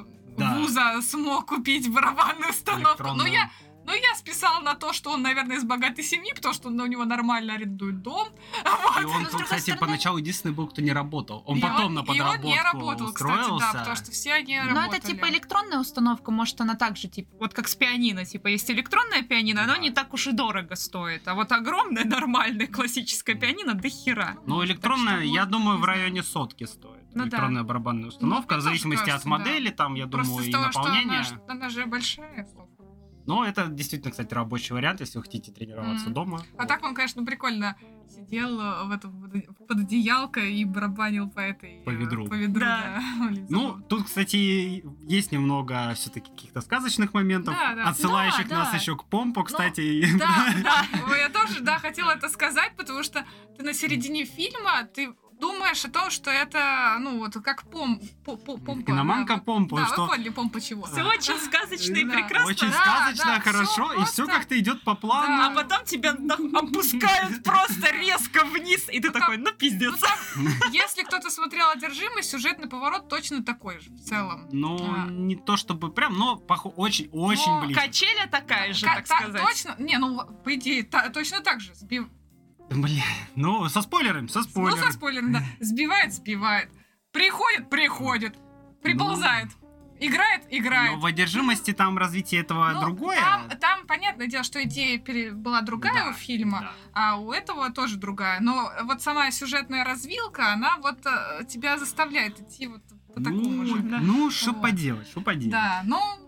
вуза смог купить барабанную установку. Но я списала на то, что он, наверное, из богатой семьи, потому что у него нормально арендует дом. И он, кстати, поначалу единственный был, кто не работал. Он потом на подработку устроился. И он не работал, кстати, да, потому что все они работали. Но это типа электронная установка, может, она также, типа, вот как с пианино, типа, есть электронное пианино, оно не так уж и дорого стоит, а вот огромное, нормальное, классическое пианино до хера. Ну, электронная, я думаю, в районе 100 стоит. Электронная барабанная установка, в зависимости от модели, там, я думаю, и наполнения. Она же большая. Но это действительно, кстати, рабочий вариант, если вы хотите тренироваться дома. А так он, конечно, прикольно сидел под одеялкой и барабанил по ведру. Да. Ну, тут, кстати, есть немного все-таки каких-то сказочных моментов, отсылающих нас еще к Помпо, кстати. Да. Я тоже, хотела это сказать, потому что ты на середине фильма, ты думаешь о том, что это, как Помпа. Киноманка Помпа. Да, вы поняли, Помпа чего. Все очень сказочно и прекрасно. Очень сказочно, хорошо, и все как-то идет по плану. А потом тебя опускают просто резко вниз, и ты такой, пиздец. Если кто-то смотрел «Одержимость», сюжетный поворот точно такой же в целом. Не то чтобы прям, но очень близко. Качеля такая же, так сказать. Точно, по идее, точно так же. Бля, со спойлерами. Со спойлерами, да. Сбивает. Приходит. Приползает. Играет. Но в «Одержимости» там развитие этого другое. Там, понятное дело, что идея была другая у фильма, а у этого тоже другая. Но вот сама сюжетная развилка, она вот тебя заставляет идти вот по такому же. Что поделать. Да,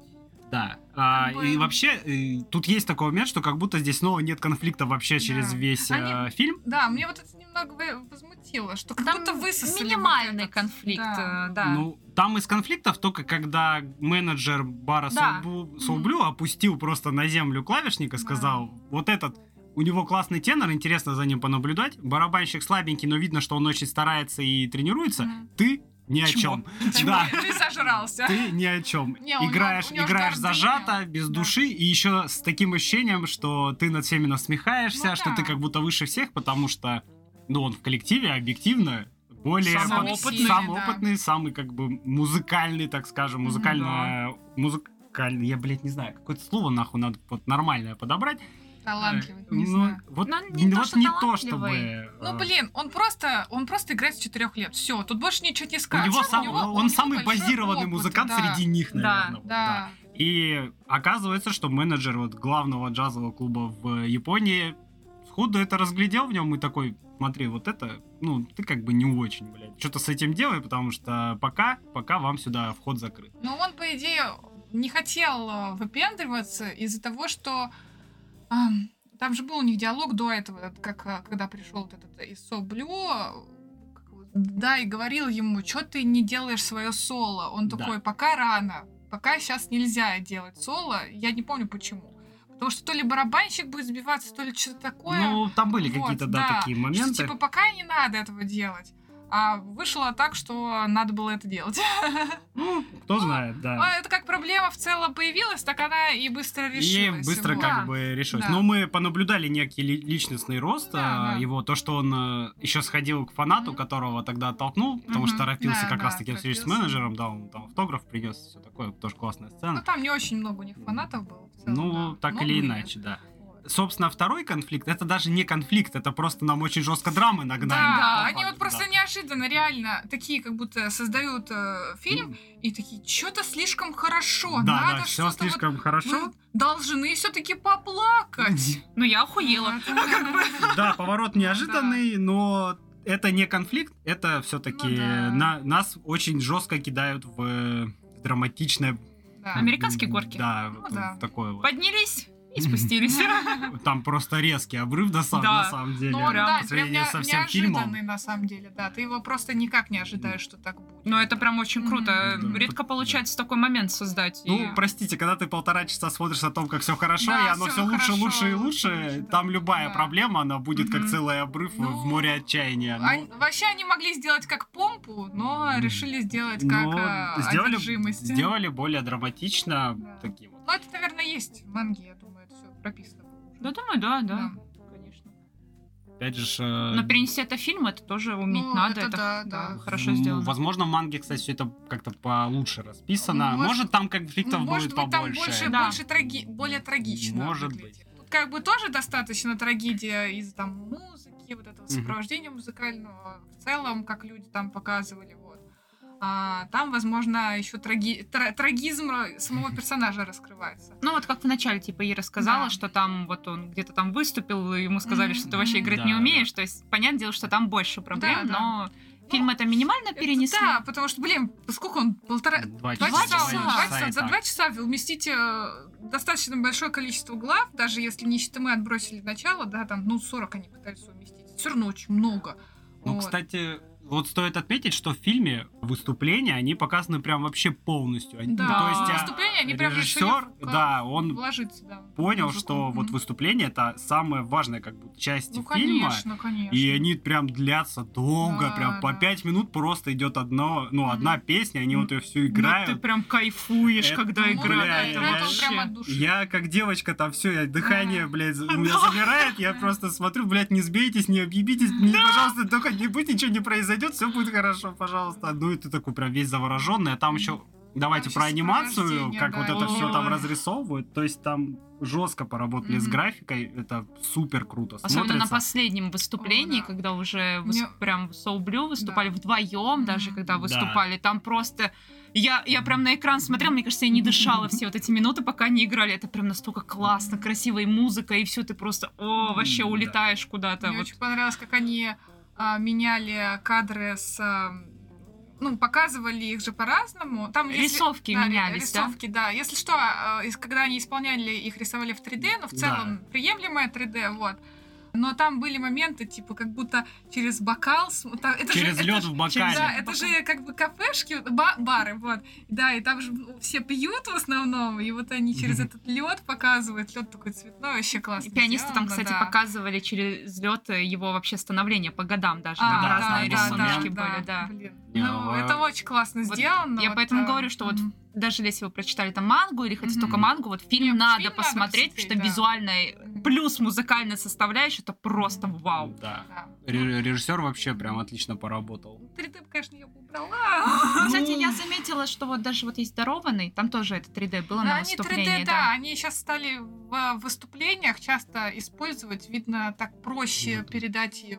Да. И вообще, тут есть такой момент, что как будто здесь снова нет конфликта вообще через весь фильм. Да, мне вот это немного возмутило, что как будто высосали минимальный конфликт, да. Там из конфликтов только когда менеджер бара Соублю опустил просто на землю клавишника, сказал, вот этот, у него классный тенор, интересно за ним понаблюдать, барабанщик слабенький, но видно, что он очень старается и тренируется, ты ни о чем. Да. Ты зажрался. Ты ни о чем. Играешь зажато, без души, и еще с таким ощущением, что ты над всеми насмехаешься, что ты как будто выше всех, потому что, он в коллективе объективно более самый опытный, самый как бы музыкальный, так скажем, музыкальный, я, блядь, не знаю, какое-то слово нахуй надо вот нормальное подобрать. Талантливый, не знаю. Не то, чтобы... Он просто играет с 4 лет. Все, тут больше ничего не скажешь. Он самый базированный музыкант среди них, наверное. Да. И оказывается, что менеджер вот главного джазового клуба в Японии сходу это разглядел в нем и такой: смотри, вот это, ну, ты как бы не очень, блядь. Что-то с этим делай, потому что пока вам сюда вход закрыт. Но он, по идее, не хотел выпендриваться из-за того, что там же был у них диалог до этого, когда пришел вот этот из Соблю, да, и говорил ему: что ты не делаешь свое соло? Он такой: пока рано, пока сейчас нельзя делать соло. Я не помню почему. Потому что то ли барабанщик будет сбиваться, то ли что-то такое. Ну, там были какие-то, такие моменты. Что, типа, пока не надо этого делать. А вышло так, что надо было это делать. Ну, кто знает, да. Это как проблема в целом появилась, так она и быстро решилась. И быстро как бы решилась. Да. Но мы понаблюдали некий личностный рост его, то, что он еще сходил к фанату, которого тогда оттолкнул, потому что торопился как раз-таки встречи с менеджером, да, он там автограф принес, все такое, тоже классная сцена. Ну, там не очень много у них фанатов было в целом. Ну, так или иначе, да. Собственно, второй конфликт, это даже не конфликт, это просто нам очень жестко драмы нагнали. Да, они вот просто неожиданно, реально, такие как будто создают фильм, и такие: что-то слишком хорошо, надо все слишком хорошо. Мы должны все-таки поплакать. Ну, я охуела. Да, поворот неожиданный, но это не конфликт, это все-таки нас очень жестко кидают в драматичное... Американские горки. Да, такое вот. Поднялись и спустились. Там просто резкий обрыв, на самом деле. Ну, да, по сравнению со всем неожиданный, фильмом. на самом деле, да. Ты его просто никак не ожидаешь, что так будет. Ну, это прям очень круто. Да. Редко получается такой момент создать. Ну, простите, когда ты 1,5 часа смотришь о том, как все хорошо, и оно все лучше, хорошо, лучше и лучше, да. там любая Да. проблема, она будет как целый обрыв в море отчаяния. Вообще они могли сделать как помпу, но решили сделать как одержимость. Сделали более драматично таким вот. Ну, это, наверное, есть в манге, я думаю, это все прописано было уже. Да, думаю, да. Конечно. Опять же... Но перенести это в фильм, это тоже уметь надо. Это хорошо сделано. Возможно, в манге, кстати, все это как-то получше расписано. Может, там конфликтов будет побольше. Там более трагично. Может быть. Тут как бы тоже достаточно трагедия из там музыки, вот этого сопровождения музыкального. В целом, как люди там показывали, вот. А там, возможно, еще трагизм самого персонажа раскрывается. Ну, вот как в начале, типа, Ира сказала, что там вот он где-то там выступил, и ему сказали, что ты вообще играть не умеешь. То есть, понятное дело, что там больше проблем, но фильм это минимально перенесли. Да, потому что, сколько он? 2 часа. За 2 часа уместить достаточно большое количество глав, даже если не считая, мы отбросили начало, да, там, 40 они пытаются уместить. Все равно очень много. Ну, кстати... Вот стоит отметить, что в фильме выступления, они показаны прям вообще полностью. Да, то есть, выступления, они прям режиссер, он вложиться, понял, что вот выступление это самая важная как бы часть фильма. Конечно. И они прям длятся долго, прям по 5 минут просто идет одна песня, они вот ее всю играют. Ну, ты прям кайфуешь, когда играют. Я как девочка там все, дыхание, блядь, у меня замирает, я просто смотрю, блядь, не сбейтесь, не объебитесь, пожалуйста, только не будет, ничего не произойдет, все будет хорошо, пожалуйста. Ну и ты такой прям весь завороженный, а там еще давайте про анимацию, как вот это все там разрисовывают. То есть там жестко поработали с графикой, это супер круто смотрится. Особенно на последнем выступлении, когда уже прям Soul Blue выступали вдвоем, даже когда выступали, там просто... Я прям на экран смотрела, мне кажется, я не дышала все вот эти минуты, пока они играли. Это прям настолько классно, красивая музыка, и все, ты просто, вообще улетаешь куда-то. Мне очень понравилось, как они меняли кадры с... показывали их же по-разному. Там рисовки менялись, рисовки, да? Если что, когда они исполняли, их рисовали в 3D, но в целом приемлемое 3D, вот. Но там были моменты, типа, как будто через бокал... Через лед в бокале. Да, это же как бы кафешки, бары, вот. Да, и там же все пьют в основном, и вот они через этот лед показывают. Лед такой цветной, вообще классно. И пианисты там, кстати, показывали через лед его вообще становление по годам даже. Там разные рисунки были, да. Ну, это очень классно сделано. Я поэтому говорю, что вот даже если вы прочитали там мангу или хотите только мангу, вот фильм надо посмотреть, потому что визуальная плюс музыкальная составляющая, это просто вау. Да. Режиссер вообще прям отлично поработал. 3D, конечно, я бы убрала. Кстати, я заметила, что вот даже вот есть «Дарованный», там тоже это 3D было на выступлении. Они 3D, да, они сейчас стали в выступлениях часто использовать, видно, так проще передать вот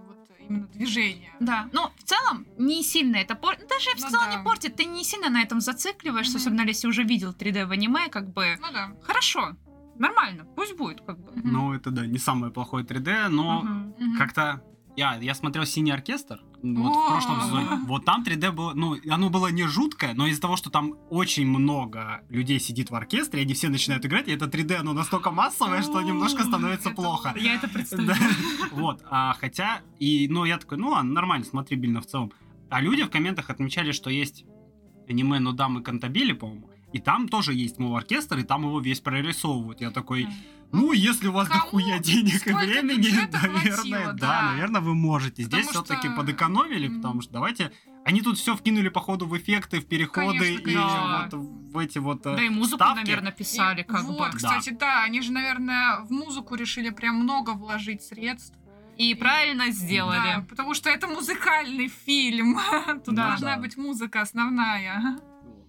именно движения. Да, но в целом не сильно это портит. Даже, я бы Ну сказала, да. не портит. Ты не сильно на этом зацикливаешься, Мгм. особенно если уже видел 3D в аниме, как бы... Ну да. Хорошо, нормально, пусть будет, как бы. Мгм. Ну, это да, не самое плохое 3D, но Мгм. Мгм. как-то... Я смотрел «Синий оркестр», вот О. в прошлом сезоне. Вот там 3D было... Ну, оно было не жуткое, но из-за того, что там очень много людей сидит в оркестре, они все начинают играть, и это 3D, оно настолько массовое, что немножко становится Это плохо. Я это представляю. Да. Вот, хотя, ну, я такой, ну ладно, нормально, смотрибельно в целом. А люди в комментах отмечали, что есть аниме «Нодам и Кантабили», по-моему, и там тоже есть, мол, оркестр, и там его весь прорисовывают. Я такой, ну, если у вас Кому дохуя денег и сколько времени, бюджета наверное, хватило, да, да. наверное, вы можете. Потому Здесь что- все-таки подэкономили, потому что давайте... Они тут все вкинули, походу, в эффекты, в переходы Конечно, и конечно. вот в эти вот Да и музыку, вставки. наверное, писали, И как вот, бы. кстати, да, они же, наверное, в музыку решили прям много вложить средств. И правильно сделали. Да, потому что это музыкальный фильм. Тут Да. должна Да. быть музыка основная.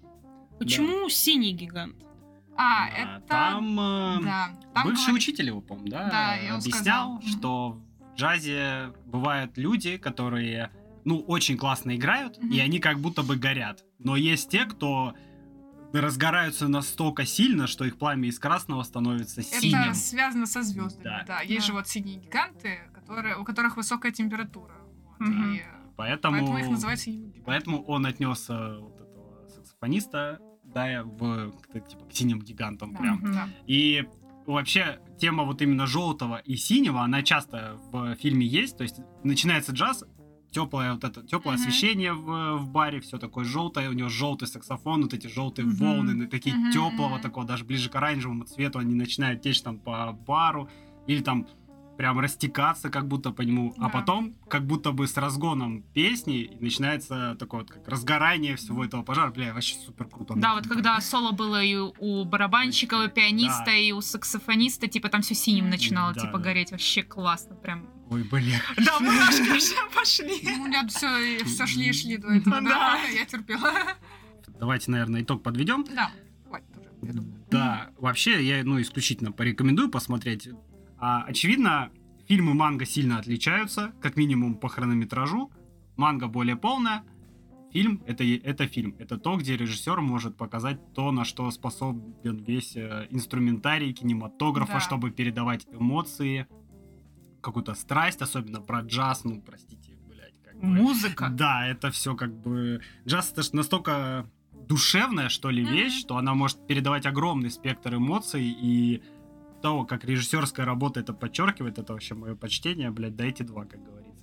Почему синий гигант? Это... Там... Да. Там Бывший говорит- учитель его, по-моему, да, Да, и он объяснял, сказал. что в джазе бывают люди, которые, ну, очень классно играют, Мгм. и они как будто бы горят. Но есть те, кто разгораются настолько сильно, что их пламя из красного становится синим. Это связано со звездами. Да. Да. Есть Да. же вот синие гиганты, у которых высокая температура. Вот, Мгм. и Поэтому их называют синими гигантами. Поэтому он отнес вот этого саксофониста, да, типа, к синим гигантам Да, прям. да. И вообще тема вот именно желтого и синего, она часто в фильме есть. То есть начинается джаз, теплое Мгм. освещение в баре, все такое желтое, у него желтый саксофон, вот эти желтые Мгм. волны, такие Мгм, теплого мгм. такого, даже ближе к оранжевому цвету, они начинают течь там по бару или там прям растекаться как будто по нему, а Да. потом как будто бы с разгоном песни начинается такое вот как разгорание всего этого пожара. Бля, вообще супер круто. Да, вот когда соло было и у барабанщика, и у пианиста, Да. и у саксофониста, типа там все синим начинало, Да, типа да. гореть. Вообще классно, прям. Ой, бля. Да, мурашки уже пошли. Ну, у меня все шли и шли до этого. Да. Я терпела. Давайте, наверное, итог подведем. Да, хватит уже, я думаю. Да, вообще я, исключительно порекомендую посмотреть. Очевидно, фильмы манго сильно отличаются, как минимум по хронометражу. Манга более полная. Фильм это фильм. Это то, где режиссер может показать то, на что способен весь инструментарий кинематографа, Да. чтобы передавать эмоции, какую-то страсть, особенно про джаз, ну, простите, блядь, как бы. Музыка. Да, это все как бы... Джаз это ж настолько душевная, что ли, вещь, Мгм. что она может передавать огромный спектр эмоций, и того, как режиссерская работа это подчеркивает, это вообще мое почтение, блядь, дайте два, как говорится.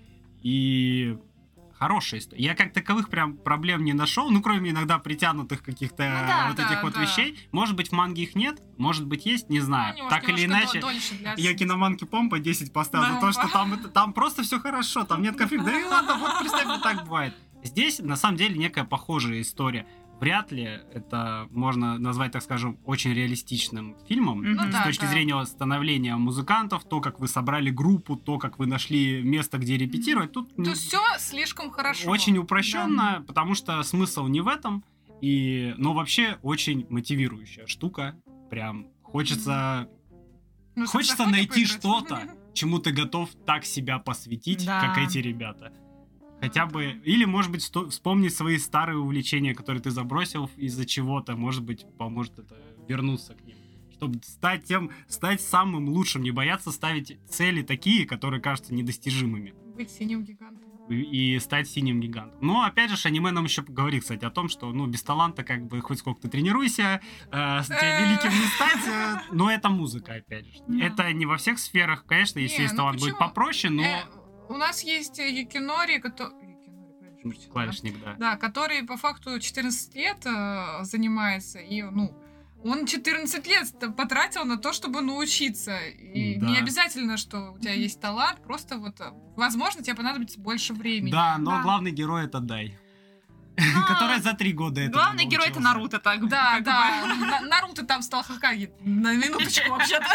И хорошая история. Я как таковых прям проблем не нашел, ну, кроме иногда притянутых каких-то да, вот да, этих вот да. вещей. Может быть, в манге их нет, может быть, есть, не знаю. Ну, Так или немножко иначе, дольше длятся. я киноманке Помпа 10 поставил за Да. то, что там просто все хорошо, там нет конфликта. Да и ладно, вот представь, вот так бывает. Здесь, на самом деле, некая похожая история. Вряд ли это можно назвать, так скажем, очень реалистичным фильмом. Ну с да, точки да. зрения становления музыкантов, то, как вы собрали группу, то, как вы нашли место, где репетировать. Тут То все слишком хорошо. очень упрощенно, потому что смысл не в этом. Но вообще очень мотивирующая штука. Прям хочется Ну, Хочется саксофоне найти поиграть. что-то, чему ты готов так себя посвятить, Да. как эти ребята. Хотя бы... Или, может быть, вспомнить свои старые увлечения, которые ты забросил из-за чего-то. Может быть, поможет это вернуться к ним. Чтобы стать самым лучшим. Не бояться ставить цели такие, которые кажутся недостижимыми. Быть синим гигантом. И стать синим гигантом. Но, опять же, аниме нам еще говорит, кстати, о том, что, без таланта, как бы, хоть сколько ты тренируйся, тебе великим не стать, но это музыка, опять же. Да. Это не во всех сферах, конечно, если Не, есть ну талант, будет почему? попроще, но... У нас есть Юкинори, который... Клавишник, да. Да, который по факту 14 лет занимается, и, он 14 лет потратил на то, чтобы научиться. И Да. не обязательно, что у тебя есть талант, просто возможно, тебе понадобится больше времени. Да, но Да. главный герой это Дай. А, Который за 3 года это Главный герой это Наруто, так Да, как да. бы. Наруто там стал Хокаге. На минуточку вообще-то.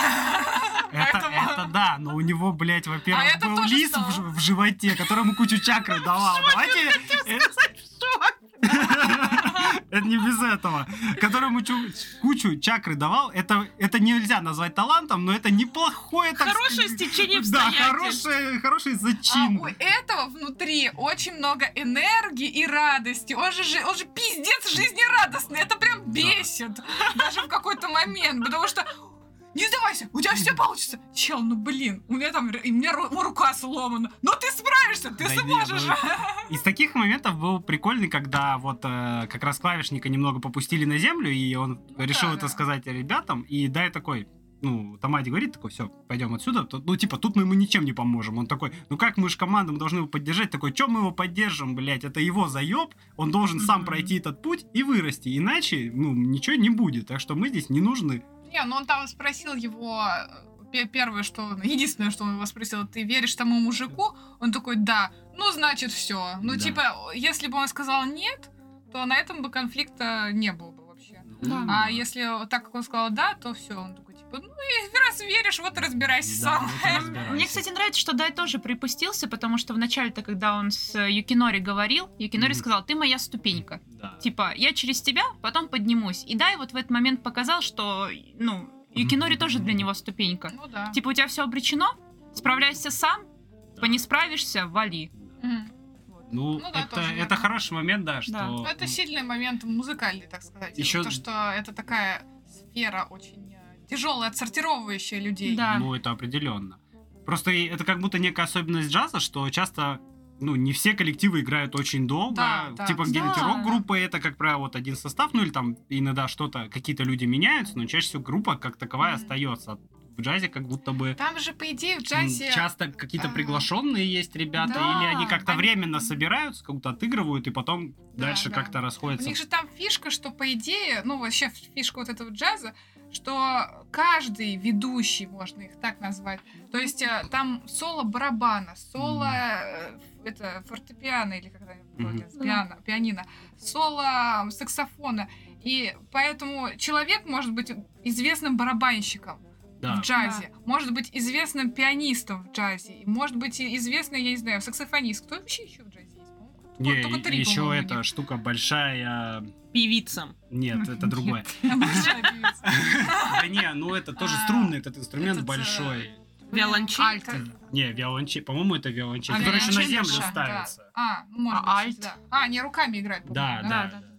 Это да, но у него, блядь, во-первых, А это был тоже лис стало. в животе, которому кучу чакры давал. Давайте... Это не без этого. Которому кучу чакры давал. Это нельзя назвать талантом, но это неплохое... Хорошее стечение Да, обстоятельств. хороший зачин. У этого внутри очень много энергии и радости. Он же пиздец жизнерадостный. Это прям бесит. Даже в какой-то момент. Потому что не сдавайся, у тебя все получится. Чел, у меня рука сломана. Но ты справишься, ты сможешь. Из таких моментов был прикольный, когда вот как раз клавишника немного попустили на землю, и он решил это сказать ребятам, и Дай такой, Тамади говорит такой, все, пойдем отсюда, тут мы ему ничем не поможем. Он такой, как мы же команда, мы должны его поддержать. Такой, чем мы его поддержим, блядь, это его заеб, он должен сам пройти этот путь и вырасти, иначе, ничего не будет, так что мы здесь не нужны. Он там спросил его, единственное, что он его спросил, ты веришь тому мужику? Он такой, да, значит все. Если бы он сказал нет, то на этом бы конфликта не было бы вообще. А если так, как он сказал да, то все, он такой, раз веришь, вот и разбирайся сам. Мне, кстати, нравится, что Дай тоже припустился, потому что вначале-то, когда он с Юкинори говорил, Юкинори сказал, ты моя ступенька. Да. Я через тебя потом поднимусь. И Дай вот в этот момент показал, что, Юкинори тоже для него ступенька. Да. У тебя все обречено, справляйся сам, не справишься, вали. Это хороший момент, да, что... Это сильный момент музыкальный, так сказать. Еще... То, что это такая сфера очень тяжелая, отсортировывающая людей. Да. Это определенно. Просто это как будто некая особенность джаза, что часто, не все коллективы играют очень долго. Где-нибудь рок-группы, это, как правило, вот один состав, или там иногда какие-то люди меняются, но чаще всего группа как таковая остается. В джазе как будто бы... Там же, по идее, в джазе... Часто какие-то приглашенные есть ребята, или они как-то временно собираются, как-то отыгрывают, и потом дальше как-то расходятся. У них же там фишка, что, по идее, вообще фишка вот этого джаза, что каждый ведущий, можно их так назвать, то есть там соло барабана, соло фортепиано, или как это пианино, соло саксофона, и поэтому человек может быть известным барабанщиком в джазе, может быть известным пианистом в джазе, может быть известным, я не знаю, саксофонист. Кто вообще еще в джазе есть? Только три, еще эта штука большая... Певица. Нет, это другое. Большая певица. Да не, это тоже струнный этот инструмент большой. Виолончель? Не, виолончель, по-моему, это виолончель, который еще на землю ставится. Может быть, да. Не руками играть, по-моему.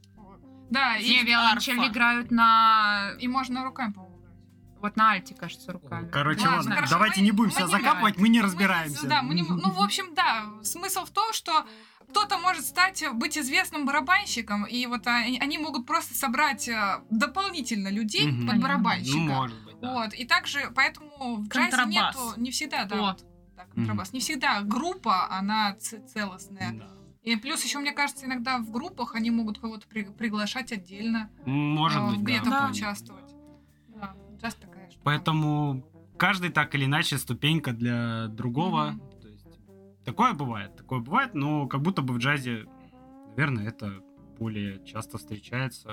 Да, и виолончель играют на... И можно руками, по-моему. Вот на альте, кажется, руками. Короче, ладно, давайте не будем себя закапывать, мы не разбираемся. В общем, смысл в том, что кто-то может быть известным барабанщиком, и вот они могут просто собрать дополнительно людей под барабанщика. Может быть, да. И также, поэтому в джазе нету, не всегда, контрабас, не всегда группа, она целостная. И плюс еще, мне кажется, иногда в группах они могут кого-то приглашать отдельно. Может быть, где-то поучаствовать. Джаз такая штука. Поэтому каждый так или иначе ступенька для другого. То есть, такое бывает, но как будто бы в джазе, наверное, это более часто встречается.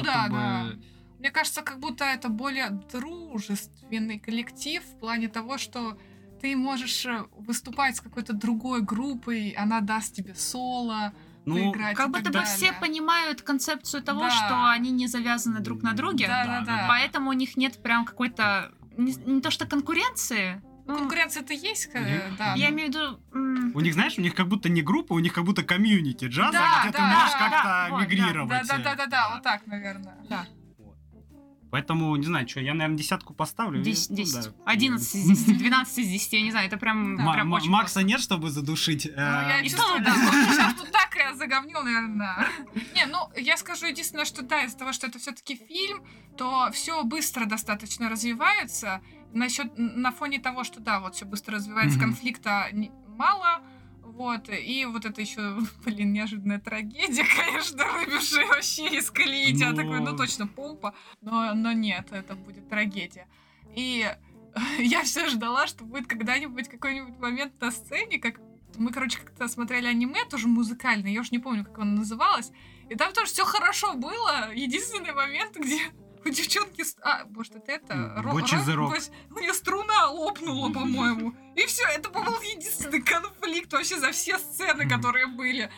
Мне кажется, как будто это более дружественный коллектив в плане того, что ты можешь выступать с какой-то другой группой, она даст тебе соло, поиграть. Как будто бы все понимают концепцию того, что они не завязаны друг на друге, поэтому у них нет прям какой-то, не то что конкуренции. Конкуренция-то есть, да. Я имею в виду... У них, знаешь, у них как будто не группа, у них как будто комьюнити джаза, где ты можешь как-то мигрировать. Да, вот так, наверное. Да. Поэтому, не знаю, что, я, наверное, 10 поставлю. 10. 11 из 10, 12 из 10, я не знаю, это прям очень Макса плохо. нет, чтобы задушить? Я чувствую, сейчас тут так я заговнил, наверное. Я скажу единственное, что из-за того, что это все-таки фильм, то все быстро достаточно развивается. На фоне того, что все быстро развивается, конфликта мало. И вот это еще, неожиданная трагедия, конечно, выбившая вообще из колеи. Я такой, точно помпа. Но нет, это будет трагедия. И я все ждала, что будет когда-нибудь какой-нибудь момент на сцене, как мы, как-то смотрели аниме, тоже музыкальное, я уж не помню, как оно называлось. И там тоже все хорошо было. Единственный момент, где у девчонки... может, это Бочи the Rock. У нее струна лопнула, по-моему. И все, это был единственный конфликт вообще за все сцены, которые были.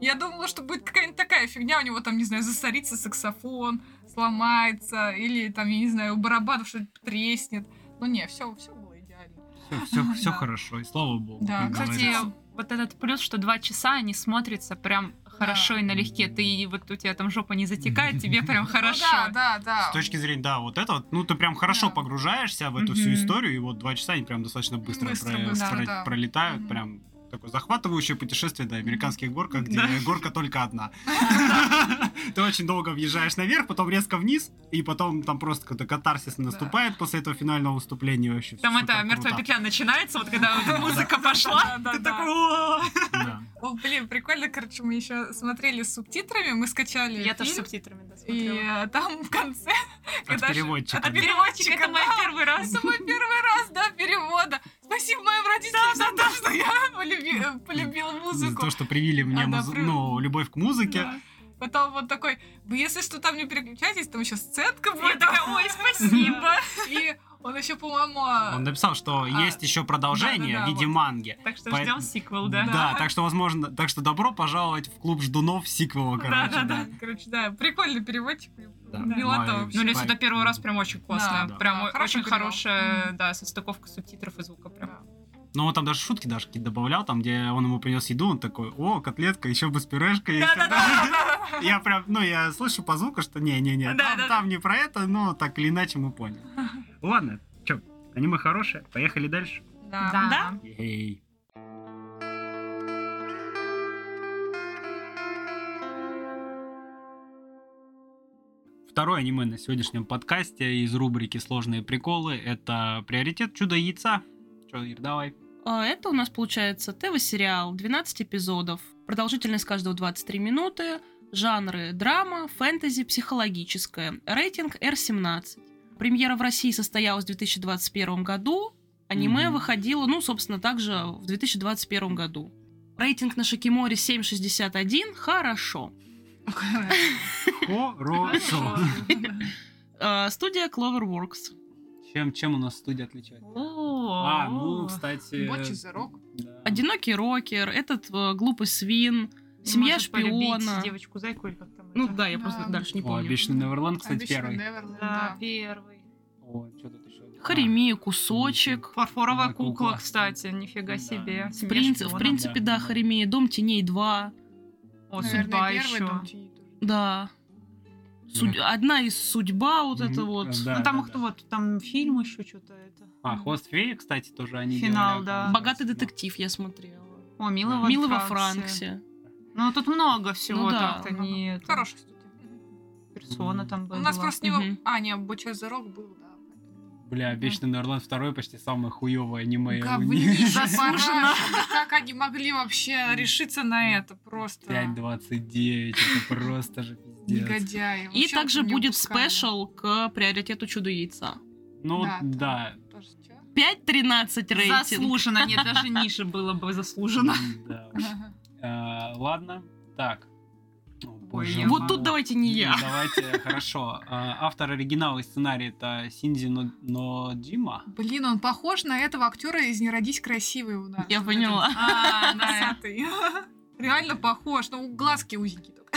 Я думала, что будет какая-нибудь такая фигня, у него там, не знаю, засорится саксофон, сломается, или там, я не знаю, у барабанов что-то треснет. Но не, все было идеально. Все Да. хорошо, и слава богу. Да, как Кстати, говорится. вот этот плюс, что 2 часа они смотрятся прям хорошо и налегке. Ты вот у тебя там жопа не затекает, тебе прям хорошо. Ну да. С точки зрения, да, вот это вот, ну, ты прям хорошо Да. погружаешься в эту всю Мгм. историю, и вот 2 часа они прям достаточно быстро, Быстро, да. пролетают, Мгм. прям такое захватывающее путешествие до американских горках, где Да. горка только одна. Ты очень долго въезжаешь наверх, потом резко вниз, и потом там просто какой-то катарсис наступает после этого финального выступления. Вообще Там супер эта мертвая круто. петля начинается, вот когда вот музыка пошла. Да. Ты такой, «О!» Да. О, блин, прикольно, короче, мы еще смотрели с субтитрами, мы скачали Я тоже с фильм, субтитрами и смотрела. там в конце... От когда переводчика. От переводчика это мой да. первый раз. Это мой первый раз, да, перевода. Спасибо моим родителям за то, что я полюбила За музыку. то, что привили мне Да, любовь к музыке. Да. Потом вот такой, вы если что там не переключайтесь, там еще сценка Я будет. такая, ой, спасибо. И он еще, по-моему... Он написал, что есть еще продолжение да-да-да, в виде вот. манги. Так что Поэт- ждем сиквел, да. Да, так что, возможно, добро пожаловать в клуб ждунов сиквела, короче. Да. Короче, да, прикольный переводчик. Да. Милота Мой- вообще. Ну, Леся, это первый раз прям очень классно. Да, Прям да, хороший очень перевод. хорошая, да, состыковка субтитров и звука прям. Ну, он там даже шутки даже какие-то добавлял, там, где он ему принес еду, он такой, о, котлетка, еще бы с пюрешкой. есть». Я прям, я слышу по звуку, что не-не-не, Да. там не про это, но так или иначе мы поняли. Ладно, чё, аниме хорошее, поехали дальше. Да. Ей. Второе аниме на сегодняшнем подкасте из рубрики «Сложные приколы» — это «Приоритет чудо яйца». Чё, Ир, давай. Это у нас получается ТВ-сериал, 12 эпизодов, продолжительность каждого 23 минуты, жанры драма, фэнтези, психологическое, рейтинг R17. Премьера в России состоялась в 2021 году, аниме Мгм. выходило, собственно, также в 2021 году. Рейтинг на Шикиморе 7,61, хорошо. Хорошо. Студия Cloverworks. Чем у нас студия отличается? Кстати... Watch is the Rock. да. Одинокий рокер, этот глупый свин, семья шпиона. девочку-зайку или как там Ну это? да, я Да. просто дальше не О, помню. «Обещанный Неверленд», кстати, Обещанный первый. Неверленд, Да, да. первый. О, что тут еще? Харемия, кусочек. Фарфоровая Да, кукла, кукла. кстати, нифига Да. себе. В, Семья в шпионов. принципе, Да, да, да. Харемия, Дом теней 2. О, Наверное, судьба первый еще. Дом теней тоже. Да. Одна из судьба, вот это вот. Да, Ну там да, их да. вот, там фильм еще что-то это. «Хвост феи», кстати, тоже они Финал, делали. да. Богатый детектив я смотрела. О, Милого Милый во Франксе. Ну тут много всего, Ну да, так-то не... это, Хорошая студия. Персона там У была. нас просто не... Мгм. не, Watch is the Rock был, да. Бля, «Обещанный Неверленд» второй почти самое хуёвое аниме. Говнище, Заслуженно. параша. Как они могли вообще решиться на это? Просто 5.29, это просто же пиздец. негодяи. И Вообще также не будет упускали. спешл к приоритету чудо яйца. Ну, Да, да. Тоже чё? 5.13 рейтинг. Заслуженно, нет, даже ниже было бы заслуженно. Да. Ладно, так. О, боже я- мой. Вот тут давайте не я. Давайте, хорошо. Автор оригинала и сценария это Синдзи Ноджима. Блин, он похож на этого актера из «Не родись красивой» у нас. Я поняла. А, носатый. Реально похож, но глазки узенькие только.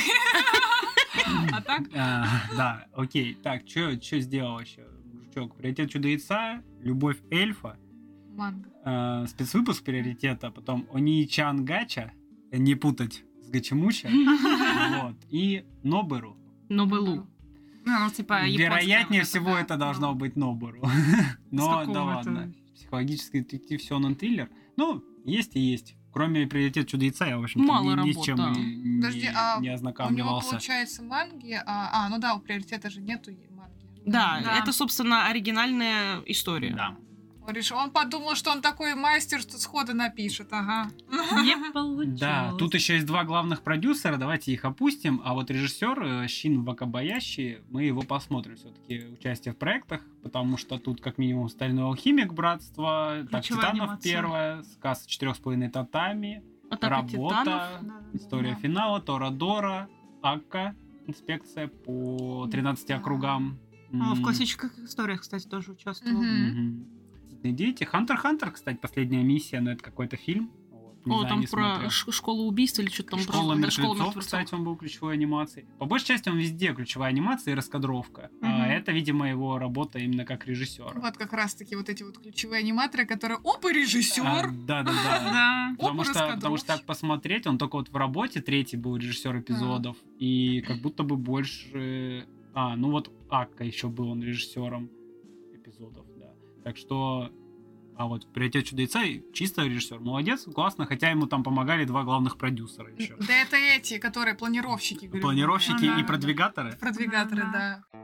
А так? Да, окей. Так, что сделал вообще? Мужичок, «Приоритет чудо яйца», «Любовь эльфа», Манго. спецвыпуск приоритета, потом «Онии-чан Гача», не путать с Гачимуча, вот, и «Ноберу». Нобелу. Ну, типа, Вероятнее вот это, всего да. это должно быть Ноберу. Но какого да это? ладно. Психологический детектив Сёнэн триллер. Ну, есть и есть. Кроме «Приоритет чудо яйца» я, в общем-то, Мало ни с работ, чем да. Подожди, не у него, ознакомливался. получается, манги, ну да, у приоритета же нету манги. Да, Да. это, собственно, оригинальная история. Да. Он подумал, что он такой мастер, что сходу напишет, ага. Не получилось. Да, тут еще есть два главных продюсера, давайте их опустим. А вот режиссер Шин Вакабаяши, мы его посмотрим все-таки участие в проектах, потому что тут как минимум «Стальной алхимик», «Братство», «Так, Ключевая Титанов» анимация. первая, «Сказ 4,5 татами», Атака титанов. «Работа», «История Да. финала», «Торадора», «Акка», «Инспекция по 13 округам». В классических историях, кстати, тоже участвовал. Мгм. Мгм. Дети. «Хантер x Хантер», кстати, последняя миссия, но это какой-то фильм. Вот. не О, знаю, там не про смотрел. школу убийств или что-то там. Школа да, школа мертвецов, мертвецов. кстати, он был ключевой анимацией. По большей части он везде ключевая анимация и раскадровка. Мгм. Это, видимо, его работа именно как режиссера. Вот как раз-таки вот эти вот ключевые аниматоры, которые оп, и режиссер. Да-да-да. Да. Потому Опа, что раскадровщик. так посмотреть, он только вот в работе третий был режиссер эпизодов, и как будто бы больше... ну вот Акка еще был он режиссером эпизодов, да. Так что... А вот «Приоритет чудо-яйца» чисто режиссер. Молодец, классно, хотя ему там помогали 2 главных продюсера еще. Да это эти, которые планировщики. говорю. Планировщики Да, и да, продвигаторы. да. Продвигаторы, Да. да.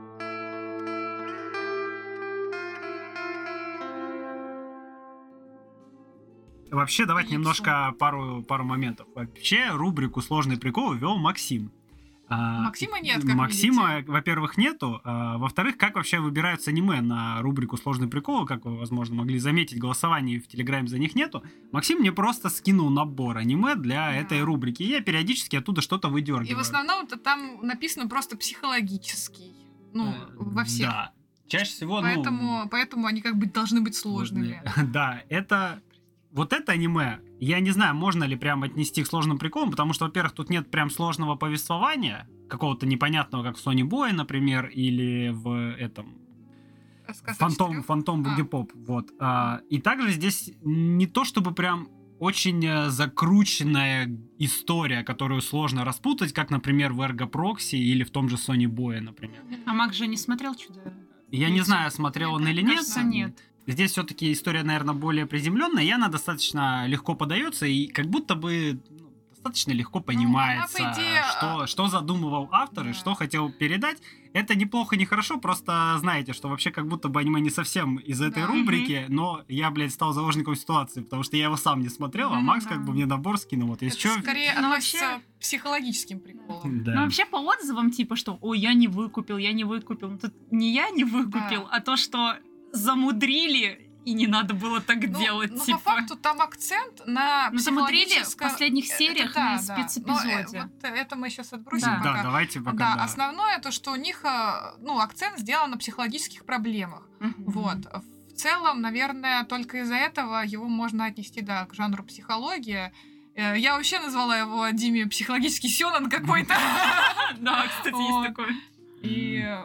Вообще, давайте Яйцо. немножко пару моментов. Вообще, рубрику «Сложный прикол» вел Максим. Максима нет, как Максима, во-первых, нету. Во-вторых, как вообще выбираются аниме на рубрику «Сложный прикол», как вы, возможно, могли заметить, голосований в Телеграме за них нету. Максим мне просто скинул набор аниме для Да. этой рубрики, и я периодически оттуда что-то выдергиваю. И в основном там написано просто психологический. Ну, во всех. Да. Чаще всего, Поэтому они как бы должны быть сложными. Да, это... Вот это аниме, я не знаю, можно ли прям отнести к сложным приколам, потому что, во-первых, тут нет прям сложного повествования, какого-то непонятного, как в Sony Boy, например, или в этом... Рассказ о Фантом четырёх. Бугипоп, вот. И также здесь не то чтобы прям очень закрученная история, которую сложно распутать, как, например, в Ergo Proxy или в том же Sony Boy, например. А Макс же не смотрел чудо. Я не знаю, смотрел он или нет. Кажется, нет. Здесь все-таки история, наверное, более приземленная, и она достаточно легко подается, и как будто бы достаточно легко понимается, она, по идее, что задумывал автор и да. что хотел передать. Это неплохо, не хорошо, просто знаете, что вообще как будто бы аниме не совсем из этой Да. рубрики, но я, блядь, стал заложником ситуации, потому что я его сам не смотрел, а Мгм, Макс да. как бы мне набор скинул. Вот есть Это что... скорее Ну, относится вообще- к психологическим приколам. Да. Ну, вообще по отзывам, типа, что «Ой, я не выкупил». Ну, тут не я не выкупил, Да. а то, что замудрили, и не надо было так делать, ну, типа. по факту там акцент на Ну, замудрили в психологическое... последних сериях Это да, на да. спецэпизоде. Но, вот это мы сейчас отбросим Да. Да, пока. давайте пока, Да, да. основное то, что у них акцент сделан на психологических проблемах. Мгм. Вот. В целом, наверное, только из-за этого его можно отнести, да, к жанру психология. Я вообще назвала его Диме психологический сёнэн какой-то. Да, кстати, Вот. есть такое. И...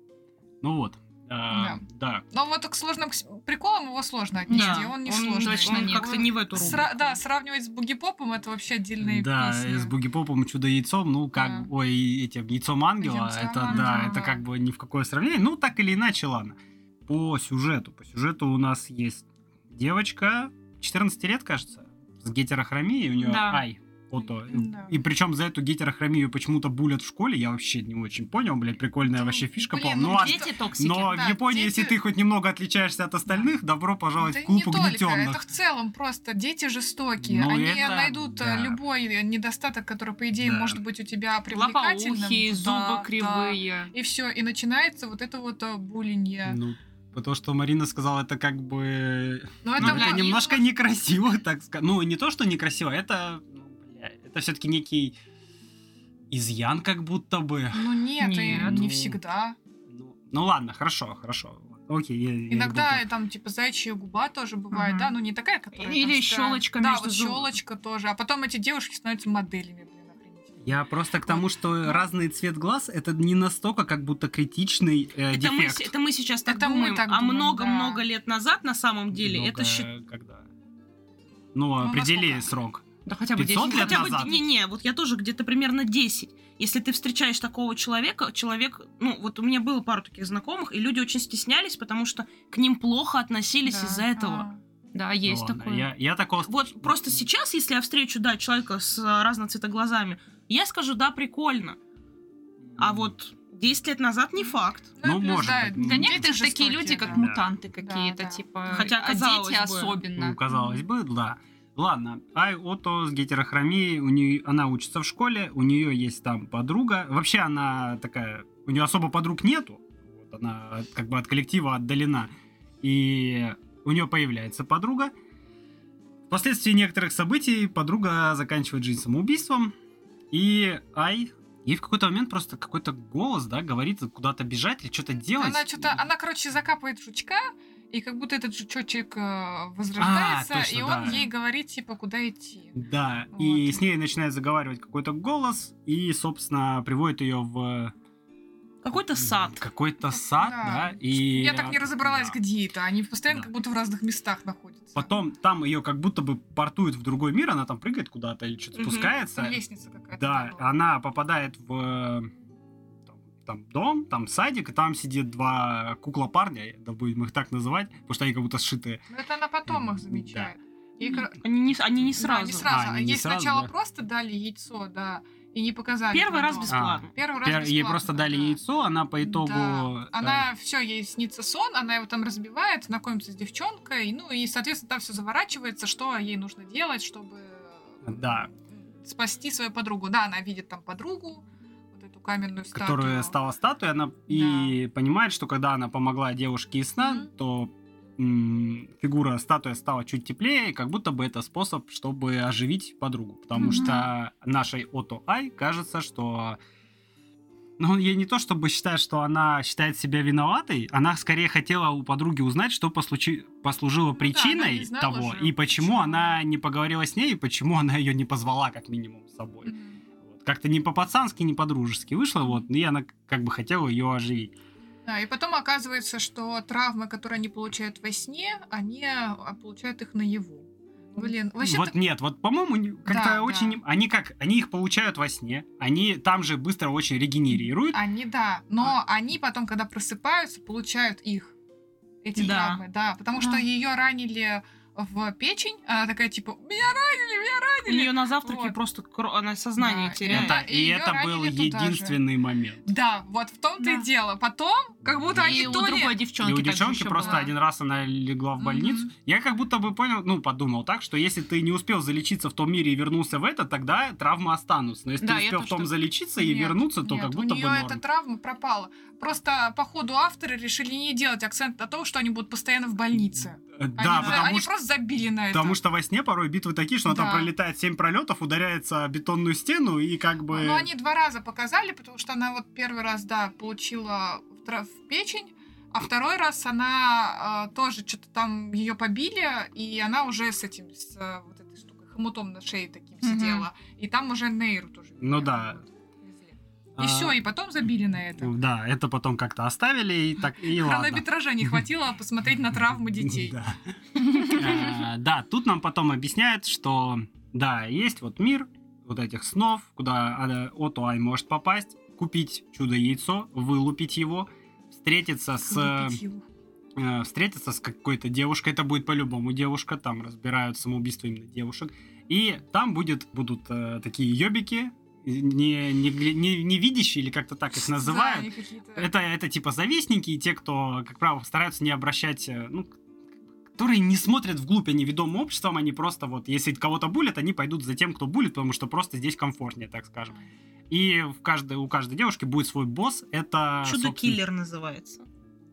Ну вот. Да. Но вот к сложным приколам его сложно отнести, Да, он не он сложный. точно Он нет. как-то не в эту рубрику. Да, сравнивать с бугипопом это вообще отдельная Да, песня. с бугипопом и чудо-яйцом, ну, как, Да. этим яйцом ангела, Яйцом это, ангела, да, да. это как бы ни в какое сравнение. Ну, так или иначе, ладно. По сюжету у нас есть девочка, 14 лет, кажется, с гетерохромией, у нее Да. Ото. Да. И причем за эту гетерохромию почему-то булят в школе, я вообще не очень понял, блядь, прикольная Ну, вообще фишка, блин, по-моему. ну, Ну, ладно. Дети токсики. Но да, в Японии, дети- если ты хоть немного отличаешься от остальных, добро пожаловать Да в клуб не только, это угнетенных. в целом просто дети жестокие. Ну, Они это найдут да. любой недостаток, который, по идее, Да. может быть у тебя привлекательным. Лопоухие, Да, зубы да. кривые. И все, и начинается вот это вот буллинье. Ну, потому что Марина сказала, это как бы... Но Ну, это бля, немножко некрасиво, так сказать. Ну, не то, что некрасиво, это... это все-таки некий изъян, как будто бы. Ну нет, и Нет. не Ну, всегда. Ну ладно, хорошо. Окей, я Иногда иду там типа заячья губа тоже бывает, Мгм. да, ну не такая, которая Или там страшная. щелочка Да, между вот зубов. щелочка тоже. А потом эти девушки становятся моделями, блин, охренительно. Я просто к тому, что разный цвет глаз это не настолько как будто критичный дефект. Это мы сейчас так Это мы думаем, так а думаем, много-много да. лет назад на самом деле это Когда? Ну, определи насколько? срок. Да хотя бы 500 10 лет Хотя бы, назад. не, вот я тоже где-то примерно 10. Если ты встречаешь такого человека, ну, вот у меня было пару таких знакомых, и люди очень стеснялись, потому что к ним плохо относились Да. из-за этого. А. Да, есть Ну ладно, такое. Я такого... Вот просто сейчас, если я встречу, да, человека с разного цвета глазами, я скажу, да, прикольно. А вот 10 лет назад не факт. Ну, и плюс, может да, быть. Да Дети некоторые же такие жестокие, люди, как да. мутанты какие-то, да. типа. Хотя, а казалось дети бы. особенно. Ну, казалось бы, да. Ладно, Ото с гетерохромией, она учится в школе, у нее есть там подруга. Вообще она такая, у нее особо подруг нету, вот она как бы от коллектива отдалена. И у нее появляется подруга. Впоследствии некоторых событий подруга заканчивает жизнь самоубийством. И ей в какой-то момент просто какой-то голос, да, говорит куда-то бежать или что-то делать. Она, короче, закапывает жучка, И как будто этот жучочек возрождается, точно, и он да. ей говорит, типа, куда идти. Да, Вот. и с ней начинает заговаривать какой-то голос, и, собственно, приводит ее в Какой-то сад. какой-то сад, Да. да, и... Я так не разобралась, да. где это. Они постоянно Да. как будто в разных местах находятся. Потом там ее как будто бы портуют в другой мир, она там прыгает куда-то или что-то Мгм. спускается. Там лестница какая-то. Да, была. она попадает в там дом, там садик, и там сидит два кукла-парня, да будем их так называть, потому что они как будто сшитые. Но это она потом их замечает. И Они не Да, сразу. не сразу. А, они не Ей сразу, сначала да. просто дали яйцо, да, и не показали. Первый раз потом. бесплатно. Первый раз бесплатно. Ей просто дали да. яйцо, она по итогу... Да. Она все, ей снится сон, она его там разбивает, знакомится с девчонкой, ну и, соответственно, там все заворачивается, что ей нужно делать, чтобы Да. спасти свою подругу. Да, она видит там подругу, вот эту каменную статую. которая стала статуей, она и понимает, что когда она помогла девушке из сна, Мгм. то фигура статуя стала чуть теплее, и как будто бы это способ, чтобы оживить подругу. Потому Мгм. что нашей Ото Ай кажется, что... Ну, ей не то, чтобы считать, что она считает себя виноватой, она скорее хотела у подруги узнать, что послужило она причиной не знала того, же, и почему почему. она не поговорила с ней, и почему она ее не позвала, как минимум, с собой. Мгм. Вот. Как-то не по-пацански, не по-дружески вышло, вот, и она как бы хотела ее оживить. Да, и потом оказывается, что травмы, которые они получают во сне, они получают их наяву. Блин, вообще Вот нет, вот, по-моему, как-то Да, очень... Они их получают во сне, они там же быстро очень регенерируют. они, да, но они потом, когда просыпаются, получают их, эти Да. травмы, да, потому что Да. ее ранили в печень, она такая, типа, меня У ранили. нее на завтраке Вот. просто она сознание Да, теряет. Да, Это, и и её это был ранили туда же. единственный момент. Да, вот в том-то Да. и дело. Потом, как будто они И у то ли... другой И девчонки у так же девчонки ещё просто было. один раз она легла в больницу. Мгм. Я как будто бы понял, подумал так, что если ты не успел залечиться в том мире и вернулся в это, тогда травмы останутся. Но если Да, ты я успел тоже в том так. залечиться и Нет, вернуться, то нет, как будто у бы нее норм. эта травма пропала. Просто, по ходу, авторы решили не делать акцент на том, что они будут постоянно в больнице. Да, они потому что... просто забили на это. Потому что во сне порой битвы такие, что она там Да. пролетает 7 пролетов, ударяется о бетонную стену и как бы... Ну, они 2 раза показали, потому что она вот первый раз, да, получила в печень, а второй раз она тоже что-то там ее побили, и она уже с этим, с вот этой штукой, хомутом на шее таким Мгм. сидела. И там уже нейру тоже. Ну да. везли. А, И все, и потом забили на это. Да, это потом как-то оставили, и так, и ладно. Хронометража не хватило посмотреть на травмы детей. Да. Да, тут нам потом объясняют, что да, есть вот мир вот этих снов, куда Ото Ай может попасть, купить чудо-яйцо, вылупить его, встретиться с какой-то девушкой, это будет по-любому девушка, там разбирают самоубийство именно девушек, и там будут такие ёбики, не видящие, или как-то так их называют. Да, они какие-то- Это типа завистники и те, кто, как правило, стараются не обращать, которые не смотрят вглубь, они ведомы обществом, они просто вот, если кого-то булят, они пойдут за тем, кто булит, потому что просто здесь комфортнее, так скажем. И у каждой девушки будет свой босс, это... Чудо-киллер называется.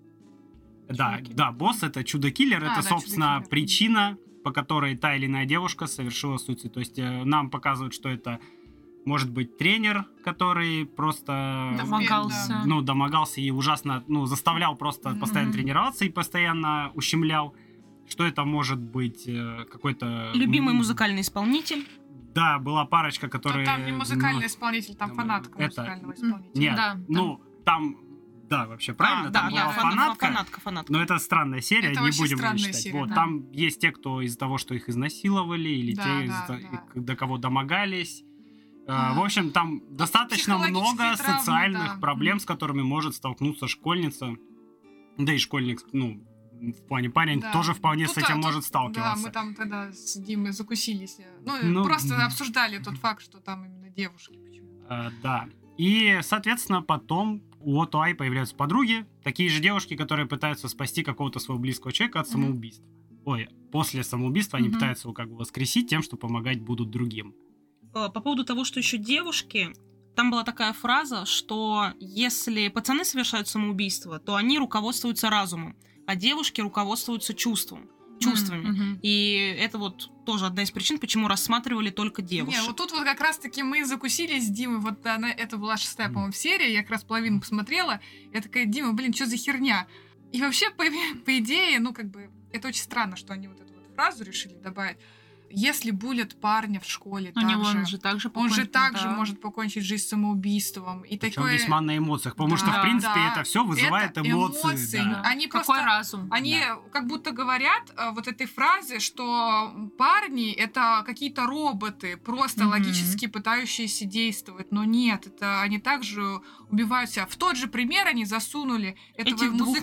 Да, босс это чудо-киллер, это, да, собственно, чудо-киллер. причина, по которой та или иная девушка совершила суицид. То есть нам показывают, что это может быть тренер, который просто Домогался. домогался и ужасно, заставлял просто Мгм. постоянно тренироваться и постоянно ущемлял. Что это может быть какой-то... Любимый музыкальный исполнитель. Да, была парочка, Но которая... там не музыкальный исполнитель, там фанатка это- музыкального исполнителя. Нет, Да, там... Да, вообще правильно, там была фанатка. фанатка. Но это странная серия, Это не вообще будем ее странная считать. серия, Вот, да. там есть те, кто из-за того, что их изнасиловали, или Да, те, да. до кого домогались. А. В общем, там достаточно психологические много травмы, социальных да. проблем, с которыми может столкнуться школьница. Да и школьник, в плане парень Да. тоже вполне Тут, с этим тут, может Да, сталкиваться. мы там тогда с Димой закусились. Ну, Просто обсуждали тот факт, что там именно девушки почему-то. Да. И, соответственно, потом у Ото Ай появляются подруги, такие же девушки, которые пытаются спасти какого-то своего близкого человека от Мгм. самоубийства. После самоубийства они Мгм. пытаются его как бы воскресить тем, что помогать будут другим. По поводу того, что еще девушки, там была такая фраза, что если пацаны совершают самоубийство, то они руководствуются разумом, а девушки руководствуются чувствами. Мгм. И это вот тоже одна из причин, почему рассматривали только девушек. Не, вот тут вот как раз-таки мы закусились с Димой. Вот это была 6-я, по-моему, серия. Я как раз половину посмотрела. Я такая, Дима, блин, что за херня? И вообще, по идее, ну, как бы, это очень странно, что они вот эту вот фразу решили добавить. Если булят парня в школе, Он же также может покончить жизнь самоубийством. И Причем такое... весьма на эмоциях, потому Да, что, в принципе, да. это все вызывает Это эмоции. Да. Они Какой просто... разум? Они как будто говорят вот этой фразе, что парни — это какие-то роботы, просто логически пытающиеся действовать. Но нет, это они также убивают себя. В тот же пример они засунули этого Этих двух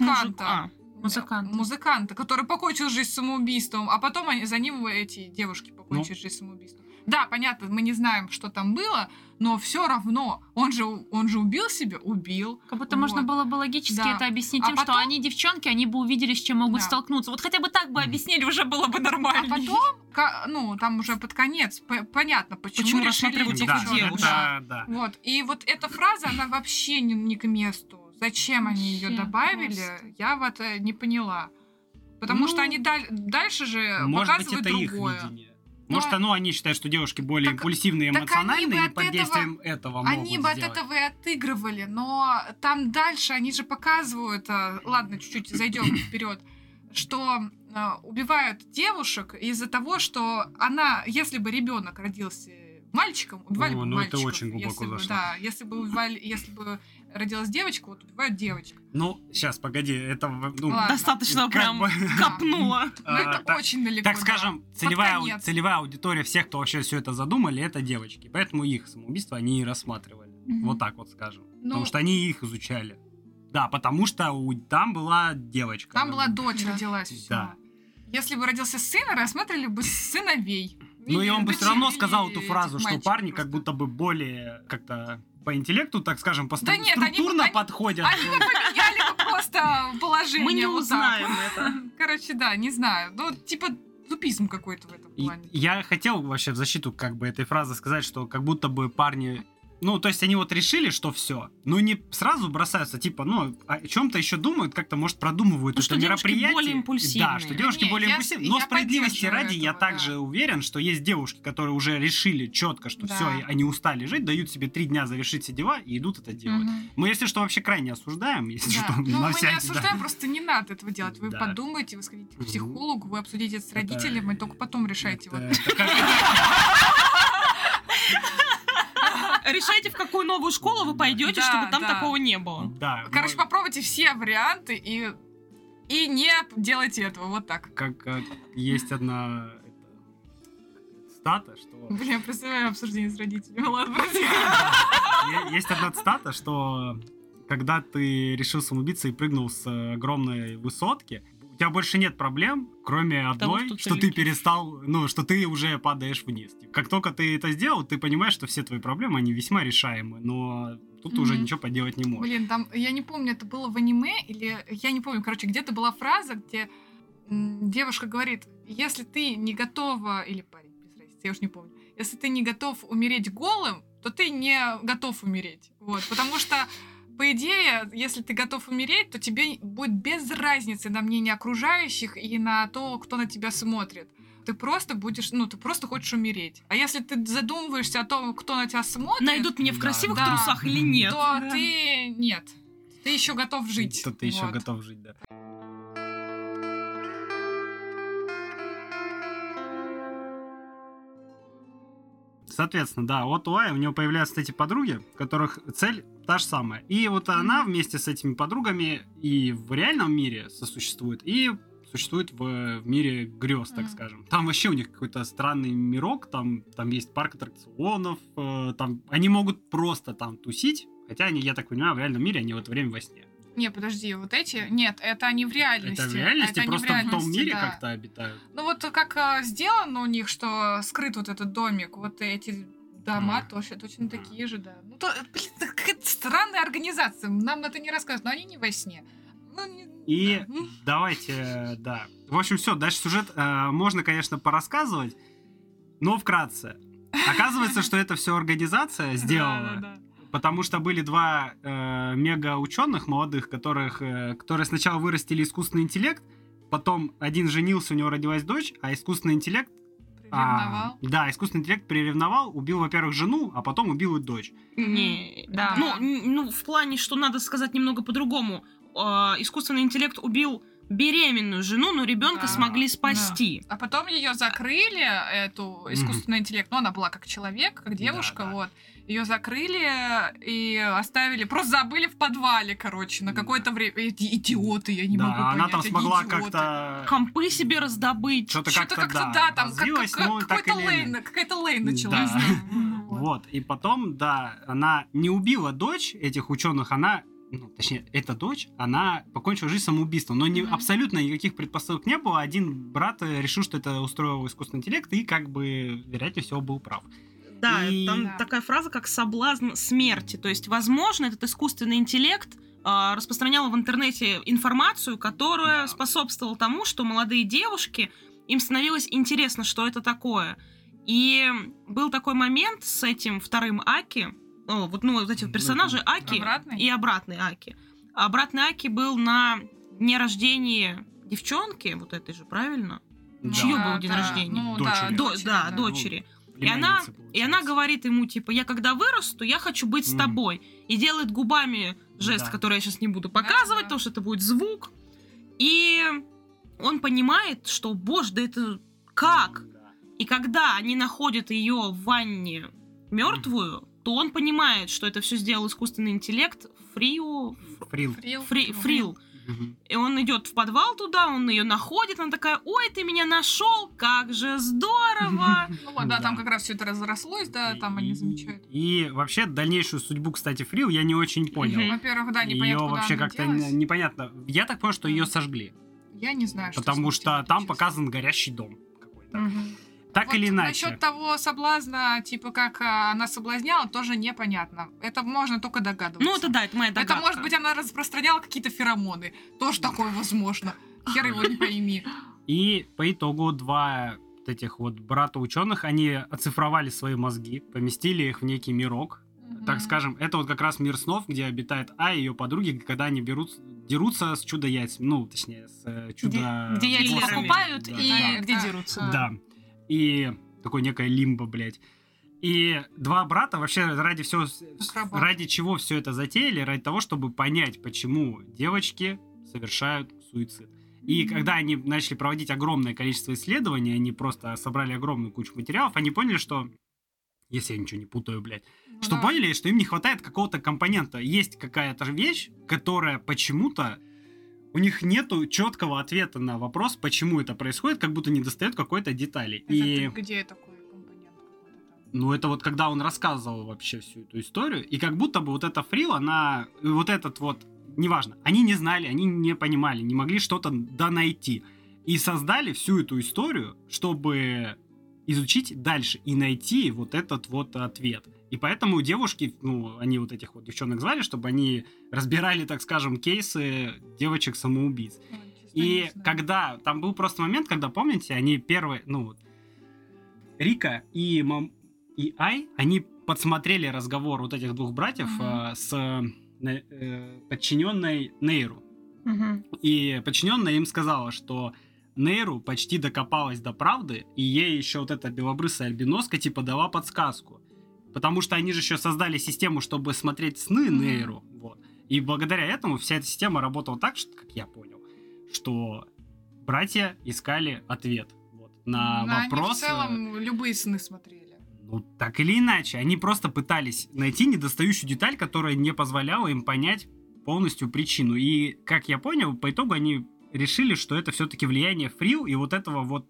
музыканта, который покончил жизнь самоубийством, а потом за ним эти девушки покончили жизнь самоубийством. Да, понятно, мы не знаем, что там было, но все равно он же убил себя, убил. Как будто можно было бы логически это объяснить тем, что они девчонки, они бы увидели, с чем могут столкнуться. Вот хотя бы так бы объяснили, уже было бы нормально. А потом, ну, там уже под конец, понятно, почему рассматривают решили этих девушек. Да. Вот. И вот эта фраза, она вообще не к месту. Зачем они ее добавили, я вот не поняла. Потому что они дальше же показывают другое. Их видение. Может, они считают, что девушки более импульсивные, эмоциональные, и под действием этого могут Они бы от этого и отыгрывали, но там дальше они же показывают, ладно, чуть-чуть зайдем вперед, что убивают девушек из-за того, что если бы ребенок родился мальчиком, убивали бы мальчиков. Это очень глубоко зашло. Да, если бы родилась девочка, вот убивают девочек. Ну, сейчас, погоди, это... достаточно прям копнуло. Это очень далеко. Так скажем, целевая аудитория всех, кто вообще все это задумали, это девочки. Поэтому их самоубийство они и рассматривали. Вот так вот скажем. Потому что они их изучали. Да, потому что там была девочка. Там была дочь, родилась. Да. Если бы родился сын, рассматривали бы сыновей. Ну и он бы все равно сказал эту фразу, что парни как будто бы более как-то по интеллекту, так скажем, структурно подходят. Они бы поменяли бы просто положение. Мы не узнаем это. Короче, да, не знаю. Ну, типа тупизм какой-то в этом плане. Я хотел вообще в защиту как бы этой фразы сказать, что как будто бы парни... Ну, то есть они вот решили, что все, но не сразу бросаются, типа, о чем-то еще думают, как-то, может, продумывают это мероприятие. Более импульсивные. Да, что девушки более импульсивные. Но справедливости ради, я также уверен, что есть девушки, которые уже решили четко, что все, они устали жить, дают себе 3 дня завершить все дела и идут это делать. Мы, если что, вообще крайне осуждаем, если что. Ну, мы не осуждаем, просто не надо этого делать. Вы подумайте, вы сходите к психологу, вы обсудите это с родителями, и только потом решайте. Решайте, в какую новую школу вы пойдете, чтобы там такого не было. Да. Короче, попробуйте все варианты и не делайте этого. Вот так. Как есть одна цитата, что... Блин, я представляю обсуждение с родителями. Ладно, есть одна цитата, что когда ты решил самоубиться и прыгнул с огромной высотки, у тебя больше нет проблем, кроме одной, что ты перестал, что ты уже падаешь вниз. Как только ты это сделал, ты понимаешь, что все твои проблемы, они весьма решаемы, но тут уже ничего поделать не можешь. Блин, там, я не помню, это было в аниме, или, я не помню, короче, где-то была фраза, где девушка говорит, если ты не готова, или парень, без разницы, я уж не помню, если ты не готов умереть голым, то ты не готов умереть, вот, потому что по идее, если ты готов умереть, то тебе будет без разницы на мнение окружающих и на то, кто на тебя смотрит. Ты просто будешь, ты просто хочешь умереть. А если ты задумываешься о том, кто на тебя смотрит... Найдут меня в красивых трусах или нет? То ты... Нет. Ты еще готов жить. То ты еще готов жить, да. Соответственно, да, вот у Аи, у него появляются эти подруги, у которых цель та же самая. И вот она вместе с этими подругами и в реальном мире сосуществует, и существует в мире грез, так скажем. Там вообще у них какой-то странный мирок, там есть парк аттракционов, там они могут просто там тусить, хотя они, я так понимаю, в реальном мире они в это время во сне. Не, подожди, вот эти... Нет, это они в реальности. Это в реальности, это просто в том мире как-то обитают. Ну вот как сделано у них, что скрыт вот этот домик, вот эти дома тоже точно такие же, да. Ну, какая-то странная организация, нам это не рассказывают, но они не во сне. Давайте, да. В общем, все, дальше сюжет можно, конечно, порассказывать, но вкратце. Оказывается, что это все организация сделала. Потому что были 2 мега-ученых молодых, которые сначала вырастили искусственный интеллект, потом один женился, у него родилась дочь, а искусственный интеллект... Приревновал? Да, искусственный интеллект приревновал, убил, во-первых, жену, а потом убил и дочь. В плане, что надо сказать немного по-другому. искусственный интеллект убил беременную жену, но ребенка Да. смогли спасти. А потом ее закрыли, эту искусственный интеллект. Ну, она была как человек, как девушка, Да. вот. Ее закрыли и оставили, просто забыли в подвале, короче, на какое-то время. Эти идиоты, я не Да, могу понять. она там они смогла идиоты. как-то... Компы себе раздобыть. Что-то Что-то как-то, как-то, да, там развилась, но так какой-то или лейн, иначе. какая-то лейн началась. Да. там. Вот. Вот, и потом, да, она не убила дочь этих ученых, она, ну, точнее, эта дочь, она покончила жизнь самоубийством, но Мгм. абсолютно никаких предпосылок не было. Один брат решил, что это устроил искусственный интеллект, и как бы, вероятнее всего, был прав. Да, И- там Да. такая фраза, как соблазн смерти. То есть, возможно, этот искусственный интеллект распространял в интернете информацию, которая Да. способствовала тому, что молодые девушки, им становилось интересно, что это такое. И был такой момент с этим вторым Аки, вот эти персонажи Аки Обратный? и обратный Аки. Обратный Аки был на дне рождения девчонки, вот этой же, правильно? Чьё был день рождения? Ну, Дочери. дочери, Да, да. дочери. И Племянница, она получается. говорит ему, типа, я когда вырасту, я хочу быть с Мгм. тобой. И делает губами жест, Да. который я сейчас не буду показывать, Да. потому что это будет звук. И он понимает, что, боже, да это как? Да. И когда они находят ее в ванне мертвую, то он понимает, что это все сделал искусственный интеллект Фрил. Фрил. Мгм. И он идет в подвал туда, он ее находит, она такая, ой, ты меня нашел, как же здорово. Ну вот, да, там Да. как раз все это разрослось, да, там они замечают. И вообще дальнейшую судьбу, кстати, Фрил я не очень понял. Мгм. Во-первых, да, Ее непонятно, куда вообще она как-то делась. непонятно. Я так понял, что ее сожгли. Я не знаю, что Потому с ним что делать, там честно. показан горящий дом какой-то. Мгм. Так Вот или иначе. насчет того соблазна, типа, как она соблазняла, тоже непонятно. Это можно только догадываться. Ну, это да, это моя догадка. Это, может быть, она распространяла какие-то феромоны. Тоже такое возможно. Хер его не пойми. И по итогу два вот этих вот брата ученых, они оцифровали свои мозги, поместили их в некий мирок. Так скажем, это вот как раз мир снов, где обитает и ее подруги, когда они дерутся с чудо-яйцами. Ну, точнее, с чудо... Где яйца Киллерами. покупают Да. и Да, где это- дерутся. Да. И такое некое лимбо, блядь. И два брата вообще Акробат. ради чего все это затеяли? Ради того, чтобы понять, почему девочки совершают суицид. И когда они начали проводить огромное количество исследований, они просто собрали огромную кучу материалов, они поняли, что, если я ничего не путаю, блядь, Ну что да. поняли, что им не хватает какого-то компонента. Есть какая-то вещь, которая почему-то у них нету четкого ответа на вопрос, почему это происходит, как будто недостает какой-то детали. Это И ты где такой компонент какой-то там? ну, это вот когда он рассказывал вообще всю эту историю, и как будто бы вот эта Фрил, она, и вот этот вот, неважно, они не знали, они не понимали, не могли что-то донайти. И создали всю эту историю, чтобы изучить дальше и найти вот этот вот ответ. И поэтому девушки, ну, они вот этих вот девчонок звали, чтобы они разбирали, так скажем, кейсы девочек-самоубийц. Ой, честно, И не знаю. когда, там был просто момент, когда, помните, они первые, ну, вот, Рика и Ай, они подсмотрели разговор вот этих двух братьев Мгм. с подчиненной Нейру. Мгм. И подчиненная им сказала, что Нейру почти докопалась до правды, и ей еще вот эта белобрысая альбиноска типа дала подсказку. Потому что они же еще создали систему, чтобы смотреть сны Мгм. Нейру. Вот. И благодаря этому вся эта система работала так, что, как я понял, что братья искали ответ вот, на Ну, вопрос. Они в целом любые сны смотрели. Ну, так или иначе, они просто пытались найти недостающую деталь, которая не позволяла им понять полностью причину. И, как я понял, по итогу они решили, что это все-таки влияние Фрил и вот этого вот...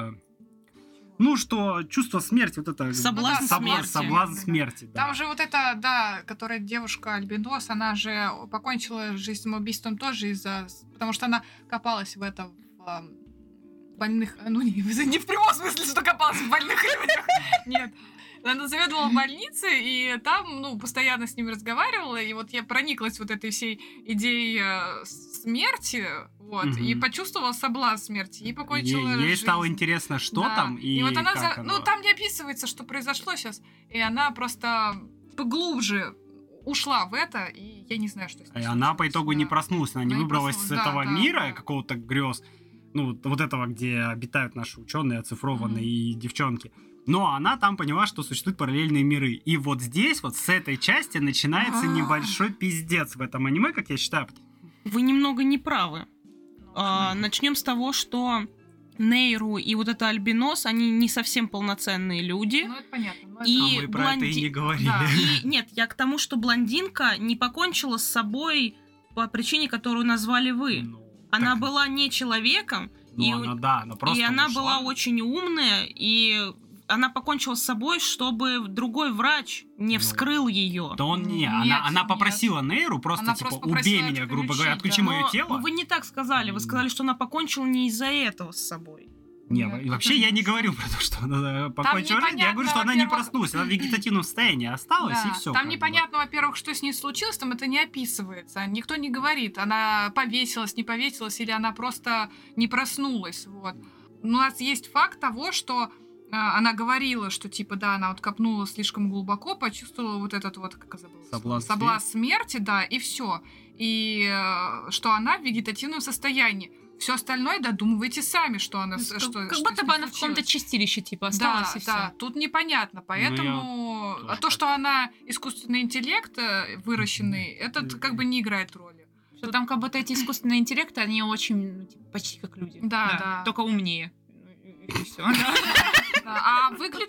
ну, что чувство смерти, вот это... Соблазн смерти. Соблазн Да. смерти, да. Там же вот эта, да, которая девушка Альбинос, она же покончила жизнь самоубийством тоже из-за... Потому что она копалась в этом, в больных... Ну, не в прямом смысле, что копалась в больных людях. Нет. Она заведовала больницей, и там, ну, постоянно с ними разговаривала, и вот я прониклась вот этой всей идеей смерти, вот, Мгм. и почувствовала соблазн смерти, и покончила Ей жизнь. стало интересно, что Да. там и вот она как оно. Ну, там не описывается, что произошло сейчас. И она просто поглубже ушла в это, и я не знаю, что с И ней она по случилось, итогу да. не проснулась, она не Она не выбралась из проснулась, да, этого да, мира да. какого-то грез, ну, вот этого, где обитают наши ученые, оцифрованные и девчонки. Но она там поняла, что существуют параллельные миры. И вот здесь, вот с этой части, начинается А. небольшой пиздец в этом аниме, как я считаю. Вы немного не правы. Начнем с того, что Нейру и вот это Альбинос, они не совсем полноценные люди. Ну, это понятно. Но И А мы про это и не говорили. Да. И нет, я к тому, что блондинка не покончила с собой по причине, которую назвали вы. Ну, Она так, была не человеком, ну, и, она просто и она ушла. была очень умная, и она покончила с собой, чтобы другой врач не Ну, вскрыл ее. Да он не, Нет, она нет. попросила Нейру просто, Она типа, просто убей попросила меня, грубо отключить, говоря, отключи да. мое тело. Вы не так сказали. Вы сказали, что она покончила не из-за этого с собой. Не, Нет, и вообще это я не не говорю про то, что она покончила жизнь, я говорю, непонятно, что она не во-первых, проснулась, она в вегетативном состоянии осталась, Да, и все. там непонятно, во-первых, что с ней случилось, там это не описывается. Никто не говорит, она повесилась, не повесилась, или она просто не проснулась. Вот. У нас есть факт того, что она говорила, что типа, да, она вот копнула слишком глубоко, почувствовала вот этот вот, как я забыла, Соблазн смерти, да, и все. И что она в вегетативном состоянии. Все остальное додумывайте сами, что она... Как что будто с бы ней она в каком-то случилось. чистилище, типа, осталась и всё. Да, тут непонятно, поэтому... тоже А то, так. что она искусственный интеллект выращенный, этот как бы не играет роли. Что там как будто эти искусственные интеллекты, они очень, ну, типа, почти как люди. Да. Только умнее. И все. Да,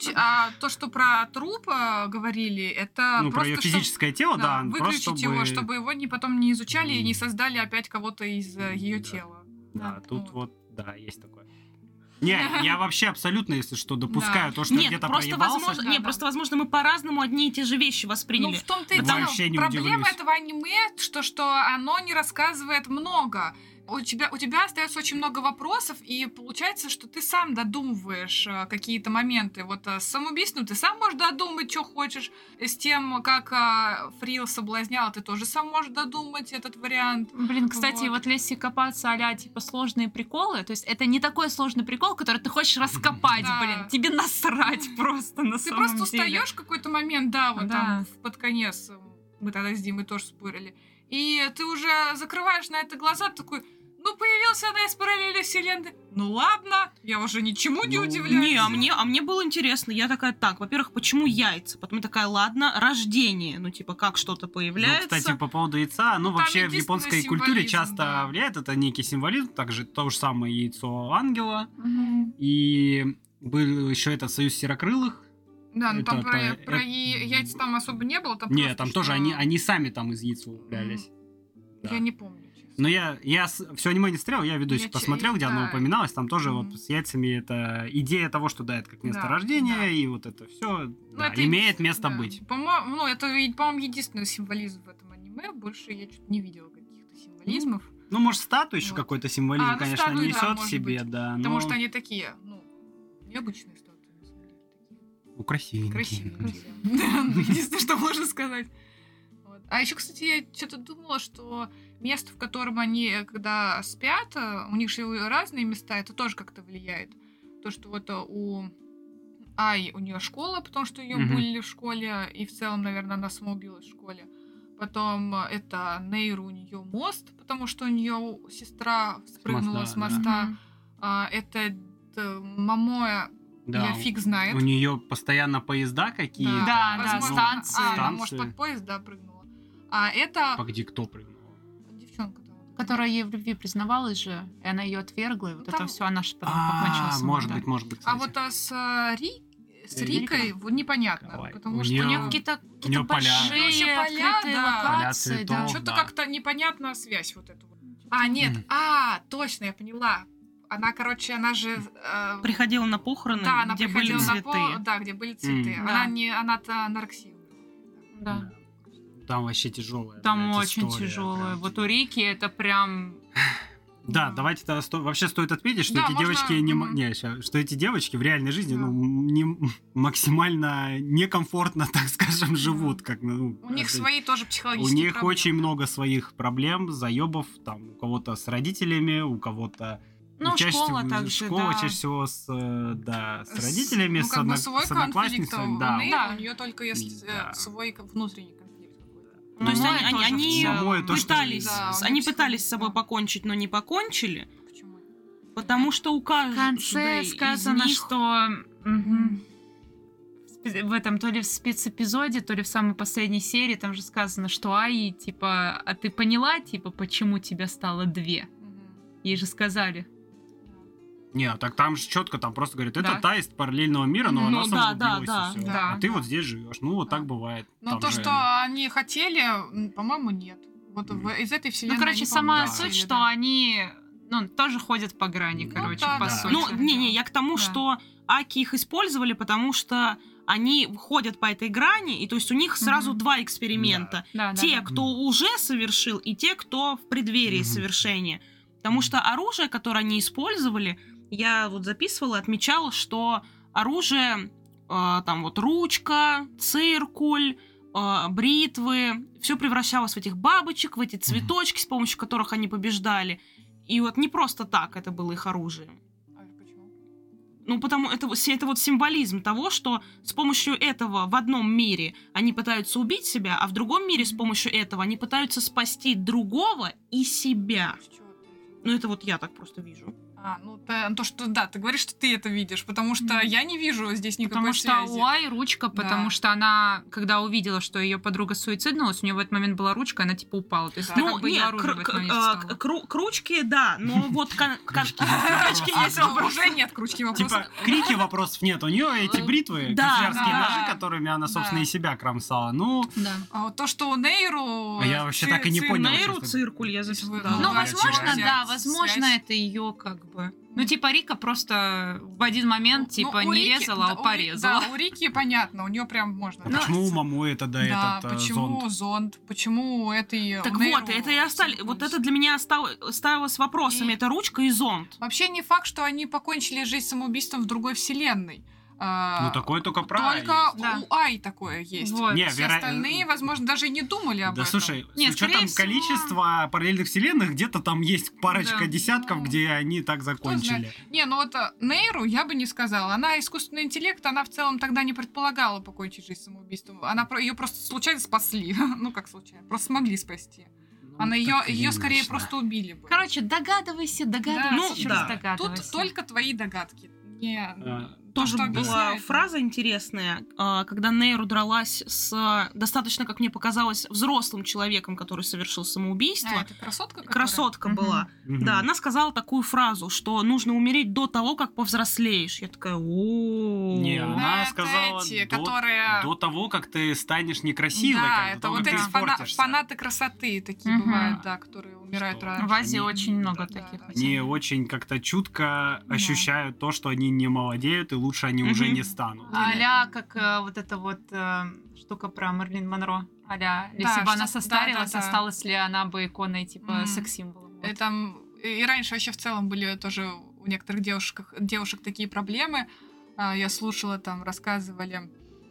а то, что про труп говорили, это Ну, про просто ее физическое тело, да, выключить просто его, чтобы его потом не изучали и не Мгм. создали опять кого-то из ее Да. тела. Да, тут вот. да, есть такое. Не, я вообще абсолютно, если что, допускаю Да. то, что я Нет, где-то просто проебался. возможно, Да, не, да. просто возможно мы по-разному одни и те же вещи Ну, восприняли. в том-то и Да дело. вообще не Проблема удивлюсь. этого аниме, что оно не рассказывает много. У тебя остается очень много вопросов, и получается, что ты сам додумываешь какие-то моменты. Вот с самоубийством ты сам можешь додумать, что хочешь. С тем, как Фрил соблазнял, ты тоже сам можешь додумать этот вариант. Блин, кстати, Вот. вот если копаться а-ля, типа, сложные приколы, то есть это не такой сложный прикол, который ты хочешь раскопать, Да. блин. Тебе насрать просто на Ты самом просто деле. устаешь в какой-то момент, да, вот Да. там под конец. Мы тогда с Димой тоже спорили. И ты уже закрываешь на это глаза, такой, ну, появился она из параллельной вселенной. Ну ладно, я уже ничему не Ну, удивляюсь. Не, а мне было интересно. Я такая, так, во-первых, почему яйца? Потом я такая, ладно, рождение. Ну, типа, как что-то Ну, появляется. кстати, по поводу яйца, Ну, там вообще в единственный японской культуре символизм, часто да. влияет, это некий символизм, также то же самое яйцо ангела, Мгм. и был еще этот союз серокрылых. Да, ну там Это- про это- яйца там особо не было. Там Не, просто там что- тоже они сами там из яиц являлись. Я не помню, честно. Но я все аниме не смотрел, я видосик Я посмотрел, где да. оно упоминалось, там тоже Мгм. вот с яйцами это идея того, что да, это как место Да, рождения, да. и вот это все Это имеет место да. быть. По-моему, ну, это, по-моему, единственный символизм в этом аниме. Больше я что-то не видела каких-то символизмов. Ну, может, статую еще Вот. какой-то символизм, А, ну, конечно, статуи, да, несет в может себе, быть. да. Потому но что они такие, ну, необычные статуи, на самом деле. Такие. красивенькие. Красивые. Да, ну, единственное, что можно сказать. Вот. А еще, кстати, я что-то думала, что место, в котором они, когда спят, у них же разные места, это тоже как-то влияет. То, что вот у Ай, у нее школа, потому что ее Мгм. булили в школе, и в целом, наверное, она самоубилась в школе. Потом это Нейру, у нее мост, потому что у нее сестра спрыгнула моста, с моста. Мгм. Это Мамоя, Да, я фиг знает. у нее постоянно поезда какие-то. Да, возможно. станции. Она, Станции. может, под поезд, да, прыгнула. А это Погоди, кто прыгнул? девчонка там. Которая ей в любви признавалась же, и она ее отвергла, и вот Там- это все она же потом покончила с собой, может да. быть, может быть. А кстати. вот с Рика? Рикой вот непонятно. Давай. Потому У что У неё- нее какие-то у неё поля. большие Вообще поля, открытые да. локации, Поля да. цветов. что-то да. как-то непонятная связь вот эта вот. А, нет, точно, я поняла. Она, короче, она же... Приходила на похороны, да, она где были приходила на цветы. да, где были цветы. Мгм. Она Да. не, она-то анорексия. Да. Там вообще тяжелая. Там блядь, очень история, тяжелое. прям. Вот у Рики это прям... Да, давайте тогда вообще стоит отметить, что Да, эти можно- девочки что эти девочки в реальной жизни Да. максимально некомфортно, так скажем, живут, как ну, У них это- свои тоже у психологические них проблемы. очень много своих проблем, заебов, там у кого-то с родителями, у кого-то Ну, чаще школа всего- также, школа да. чаще всего с родителями, Ну, как бы свой с конфликт, одноклассницами, да. у нее только есть Да. свой внутренний конфликт какой-то. То есть Мамоя они, тоже они в целом. Мамоя то, что- пытались, Да, у них они психология, пытались с собой да. покончить, но не покончили, Почему? потому что у каждого В конце из сказано, них- что... Мгм. в этом, то ли в спецэпизоде, то ли в самой последней серии, там же сказано, что Аи, типа, а ты поняла, типа, почему тебя стало 2? Ей же сказали. Не, так там же четко там просто говорят, это Да. та из параллельного мира, но Ну, она самоубилась, и всё. да. А ты вот здесь живешь. Ну, вот так бывает. Но Там то, же- что они хотели, по-моему, нет. Вот из этой вселенной. Ну, короче, они, сама по-моему, суть, хотели, что да. они, ну, тоже ходят по грани, Ну короче, да, по да. сути. Ну, не, я к тому, Да. что Аки их использовали, потому что они ходят по этой грани, и то есть у них сразу Мгм. 2 эксперимента. Да, да, Те, да. кто уже совершил, и те, кто в преддверии Мгм. совершения. Потому что оружие, которое они использовали, я вот записывала, отмечала, что оружие, там вот ручка, циркуль, бритвы, все превращалось в этих бабочек, в эти цветочки, с помощью которых они побеждали. И вот не просто так это было их оружием. А почему? Ну, потому это вот символизм того, что с помощью этого в одном мире они пытаются убить себя, а в другом мире с помощью этого они пытаются спасти другого и себя. С чего ты? Ну, это вот я так просто вижу. То, что, да, ты говоришь, что ты это видишь, потому что я не вижу здесь никакой Потому что связи. у Ай ручка, потому Да. что она, когда увидела, что ее подруга суициднулась, у нее в этот момент была ручка, она типа упала. То есть Да. это Ну, как бы её нет, оружие в этот момент стало. к ручке, да, но вот... Крючки Есть воображение, нет кружки вопросов. Типа, крики вопросов нет. У нее эти бритвы, Да, канцелярские да. ножи, которыми она, собственно, Да. и себя кромсала. Ну, Да. А вот то, что у Нейру... А я вообще так и не понял. Нейру честно. циркуль я Вы- записала. Ну, Ну, да, возможно, связь. да, возможно, Связь. это ее как бы. Ну, типа, Рика просто в один момент, типа, Ну, у не Рики- резала, а да, порезала. Да, у Рики понятно, у нее прям можно. А да. почему у Маму это да, Да, этот почему зонт? зонт? Почему этой... Так Нейру вот, это я циркуль? вот это для меня ставилось вопросами. И- Это ручка и зонт. Вообще не факт, что они покончили жизнь самоубийством в другой вселенной. Ну, такое только про Ай Только есть. Да. у Ай такое есть. Вот. Не, Все остальные, возможно, даже и не думали об Да этом. слушай, Не, с учетом скорее всего- количества параллельных вселенных, где-то там есть парочка Да. десятков, Ну, где они так закончили. Не, ну вот Нейру я бы не сказала. Она искусственный интеллект, она в целом тогда не предполагала покончить жизнь самоубийством. Ее просто случайно спасли. Ну, как случайно, просто смогли спасти. Она ее скорее просто убили бы. Короче, догадывайся, Ну, еще да. раз догадывайся. Тут только твои догадки. Не, Тоже что была объясняет. фраза интересная, когда Нейру дралась с достаточно, как мне показалось, взрослым человеком, который совершил самоубийство. Это красотка? которая? Красотка Мгм. была. Мгм. Да, она сказала такую фразу, что нужно умереть до того, как повзрослеешь. Я такая, о Не, Да, она это сказала эти, до которые... до того, как ты станешь некрасивой, Да, как, до это того, вот как эти ты испортишься. фанаты красоты такие Мгм. бывают, да, которые умирают Что? рано. В Азии Они- очень много да, таких. да. Они очень как-то чутко Да. ощущают то, что они не молодеют, и лучше они уже Мгм. не станут. А-ля, как вот эта вот штука про Мерлин Монро. А-ля, Да, если бы она что- состарилась, да, да, да. осталась ли она бы иконой, типа, Мгм. секс-символом. Вот. И там и раньше вообще в целом были тоже у некоторых девушек такие проблемы. Я слушала, там рассказывали.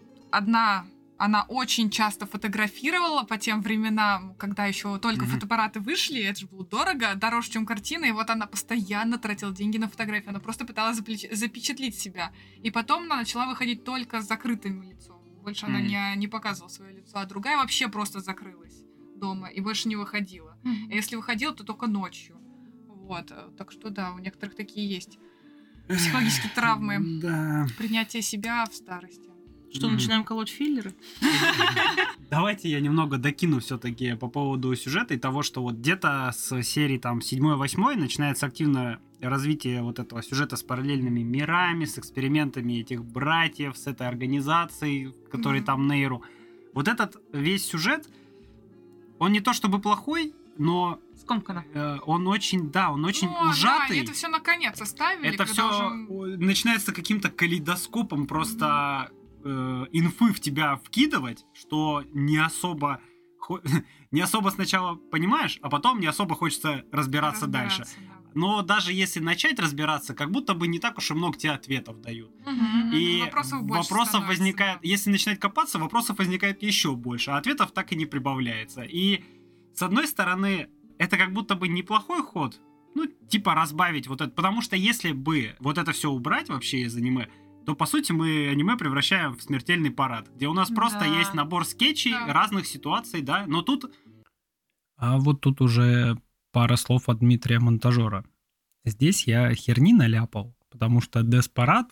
Она очень часто фотографировала по тем временам, когда еще только Мгм. фотоаппараты вышли, это же было дорого, дороже, чем картины, и вот она постоянно тратила деньги на фотографии, она просто пыталась запечатлить себя. И потом она начала выходить только с закрытым лицом. Больше она не показывала свое лицо, а другая вообще просто закрылась дома и больше не выходила. Мгм. А если выходила, то только ночью. Вот. Так что да, у некоторых такие есть психологические травмы. Да. Принятие себя в старости. что, Мгм. начинаем колоть филлеры? Давайте я немного докину все-таки по поводу сюжета и того, что вот где-то с серии там 7-8 начинается активное развитие вот этого сюжета с параллельными мирами, с экспериментами этих братьев, с этой организацией, которой Мгм. там Нейру. Вот этот весь сюжет, он не то чтобы плохой, но Скомкано. он очень, да, он очень Ну, ужатый. Да, это все наконец оставили. Это когда все уже- начинается каким-то калейдоскопом просто инфы в тебя вкидывать, что не особо не особо сначала понимаешь, а потом не особо хочется разбираться дальше. разбираться, да. Но даже если начать разбираться, как будто бы не так уж и много тебе ответов дают. Мгм. И Вопросов больше становится, возникает, да. если начинать копаться, вопросов возникает еще больше, а ответов так и не прибавляется. И с одной стороны, это как будто бы неплохой ход, ну, типа разбавить вот это, потому что если бы вот это все убрать вообще из аниме, то, по сути, мы аниме превращаем в смертельный парад, где у нас просто Да. есть набор скетчей, Да. разных ситуаций, да, но тут... А вот тут уже пара слов от Дмитрия Монтажера. Здесь я херни наляпал, потому что Деспарат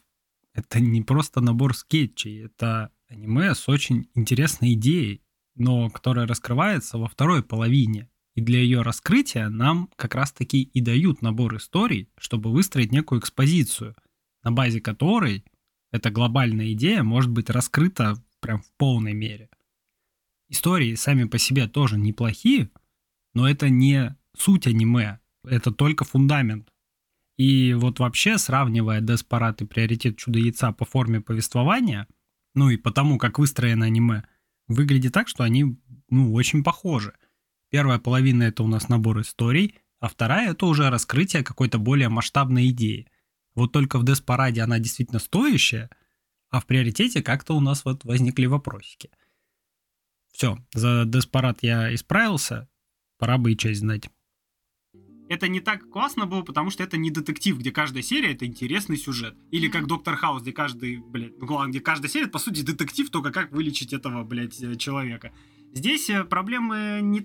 это не просто набор скетчей, это аниме с очень интересной идеей, но которая раскрывается во второй половине. И для ее раскрытия нам как раз-таки и дают набор историй, чтобы выстроить некую экспозицию, на базе которой эта глобальная идея может быть раскрыта прям в полной мере. Истории сами по себе тоже неплохие, но это не суть аниме, это только фундамент. И вот вообще, сравнивая Деспарат и Приоритет Чудо-Яйца по форме повествования, ну и по тому, как выстроено аниме, выглядит так, что они, очень похожи. Первая половина — это у нас набор историй, а вторая — это уже раскрытие какой-то более масштабной идеи. Вот только в Деспараде она действительно стоящая, а в Приоритете как-то у нас вот возникли вопросики. Все, за Деспарад я исправился, пора бы и часть знать. Это не так классно было, потому что это не детектив, где каждая серия — это интересный сюжет. Или как Доктор Хаус, где где каждая серия, по сути, детектив, только как вылечить этого, человека. Здесь проблемы не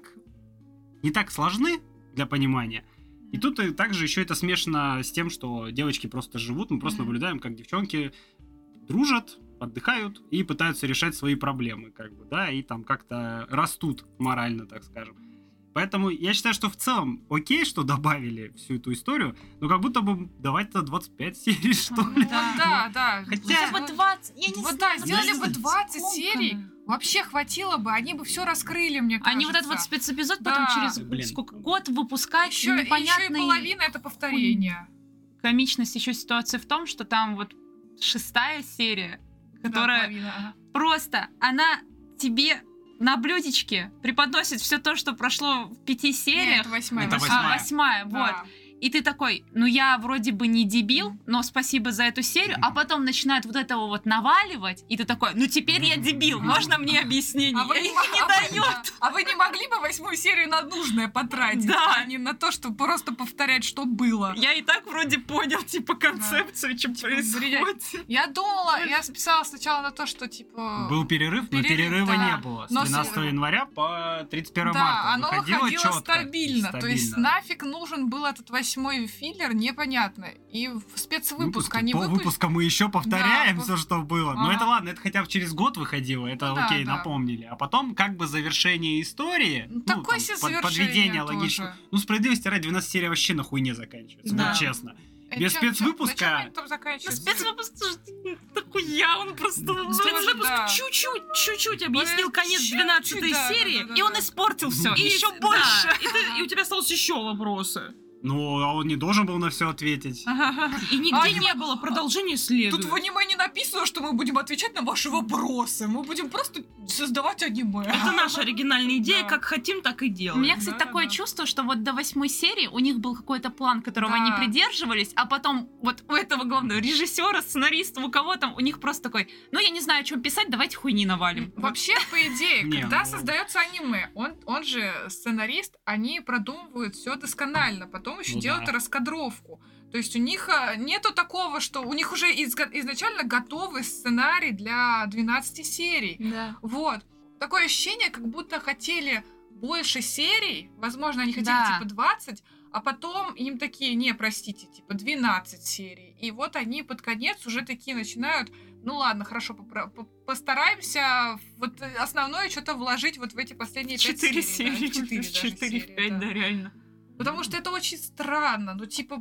так сложны для понимания. И тут и также еще это смешано с тем, что девочки просто живут, мы просто наблюдаем, как девчонки дружат, отдыхают и пытаются решать свои проблемы, и там как-то растут морально, так скажем. Поэтому я считаю, что в целом окей, что добавили всю эту историю, но как будто бы давать-то 25 серий, что ли. Да. Хотя... бы 20, я не Вот знаю. да, сделали бы 20 серий, вообще хватило бы, они бы все раскрыли, мне кажется. Они вот этот вот спецэпизод Да. потом через год выпускать, Еще и половина это повторение. Комичность еще ситуации в том, что там вот 6-я серия, которая половина. просто, она тебе на блюдечке преподносит все то, что прошло в 5 Нет, сериях. это 8-я. Это 8-я, вот. Да. И ты такой, я вроде бы не дебил, но спасибо за эту серию, а потом начинают вот этого вот наваливать, и ты такой, теперь я дебил, можно мне объяснение? А вы И не их мо- не а вы- дают. А вы не могли бы 8-ю серию на нужное потратить, Да. а не на то, чтобы просто повторять, что было? Я и так вроде понял, концепцию, что происходит. Я думала, я списала сначала на то, что, Был перерыв, но Перерыв, перерыва да. не было. С Но 13 января по 31 да, марта оно выходило чётко, стабильно. То есть нафиг нужен был этот 8-й филлер, непонятно. И в спецвыпуск они Полвыпуска мы еще повторяем Да, все, что было. Но Ага. это ладно, это хотя бы через год выходило, это Ну да, окей, да. напомнили. А потом как бы завершение истории, Такое себе завершение подведение тоже. логичного. Справедливости ради, 12 серий вообще на хуйне заканчивается, Да. вот честно. Э, Без чё- спецвыпуска- чё они там заканчиваются? Спецвыпуск такуя, он просто... Тоже, да. чуть-чуть объяснил конец Чуть-чуть, 12 да, серии, да, и он да. испортил все. И еще Да, больше. и у тебя осталось еще вопросы. Ну, а он не должен был на все ответить. И нигде А не было продолжения следует. Тут в аниме не написано, что мы будем отвечать на ваши вопросы. Мы будем просто создавать аниме. Это наша оригинальная идея, Да. как хотим, так и У делаем. меня, кстати, Да, такое да. чувство, что вот до 8 серии у них был какой-то план, которого Да. они придерживались, а потом вот у этого главного режиссера, сценариста, у кого там, у них просто такой, я не знаю, о чем писать, давайте хуйни навалим. Вообще, по идее, Не, когда ну- создается аниме, он же сценарист, они продумывают все досконально, потом еще Ну делают да. раскадровку. То есть у них нету такого, что у них уже изначально готовый сценарий для 12 серий. Да. Вот. Такое ощущение, как будто хотели больше серий, возможно, они хотели Да. 20, а потом им такие, не, простите, 12 серий. И вот они под конец уже такие начинают, ну ладно, хорошо, постараемся вот основное что-то вложить вот в эти последние 5 4 серий. серии. Да, 4 5, да, реально. Потому что это очень странно.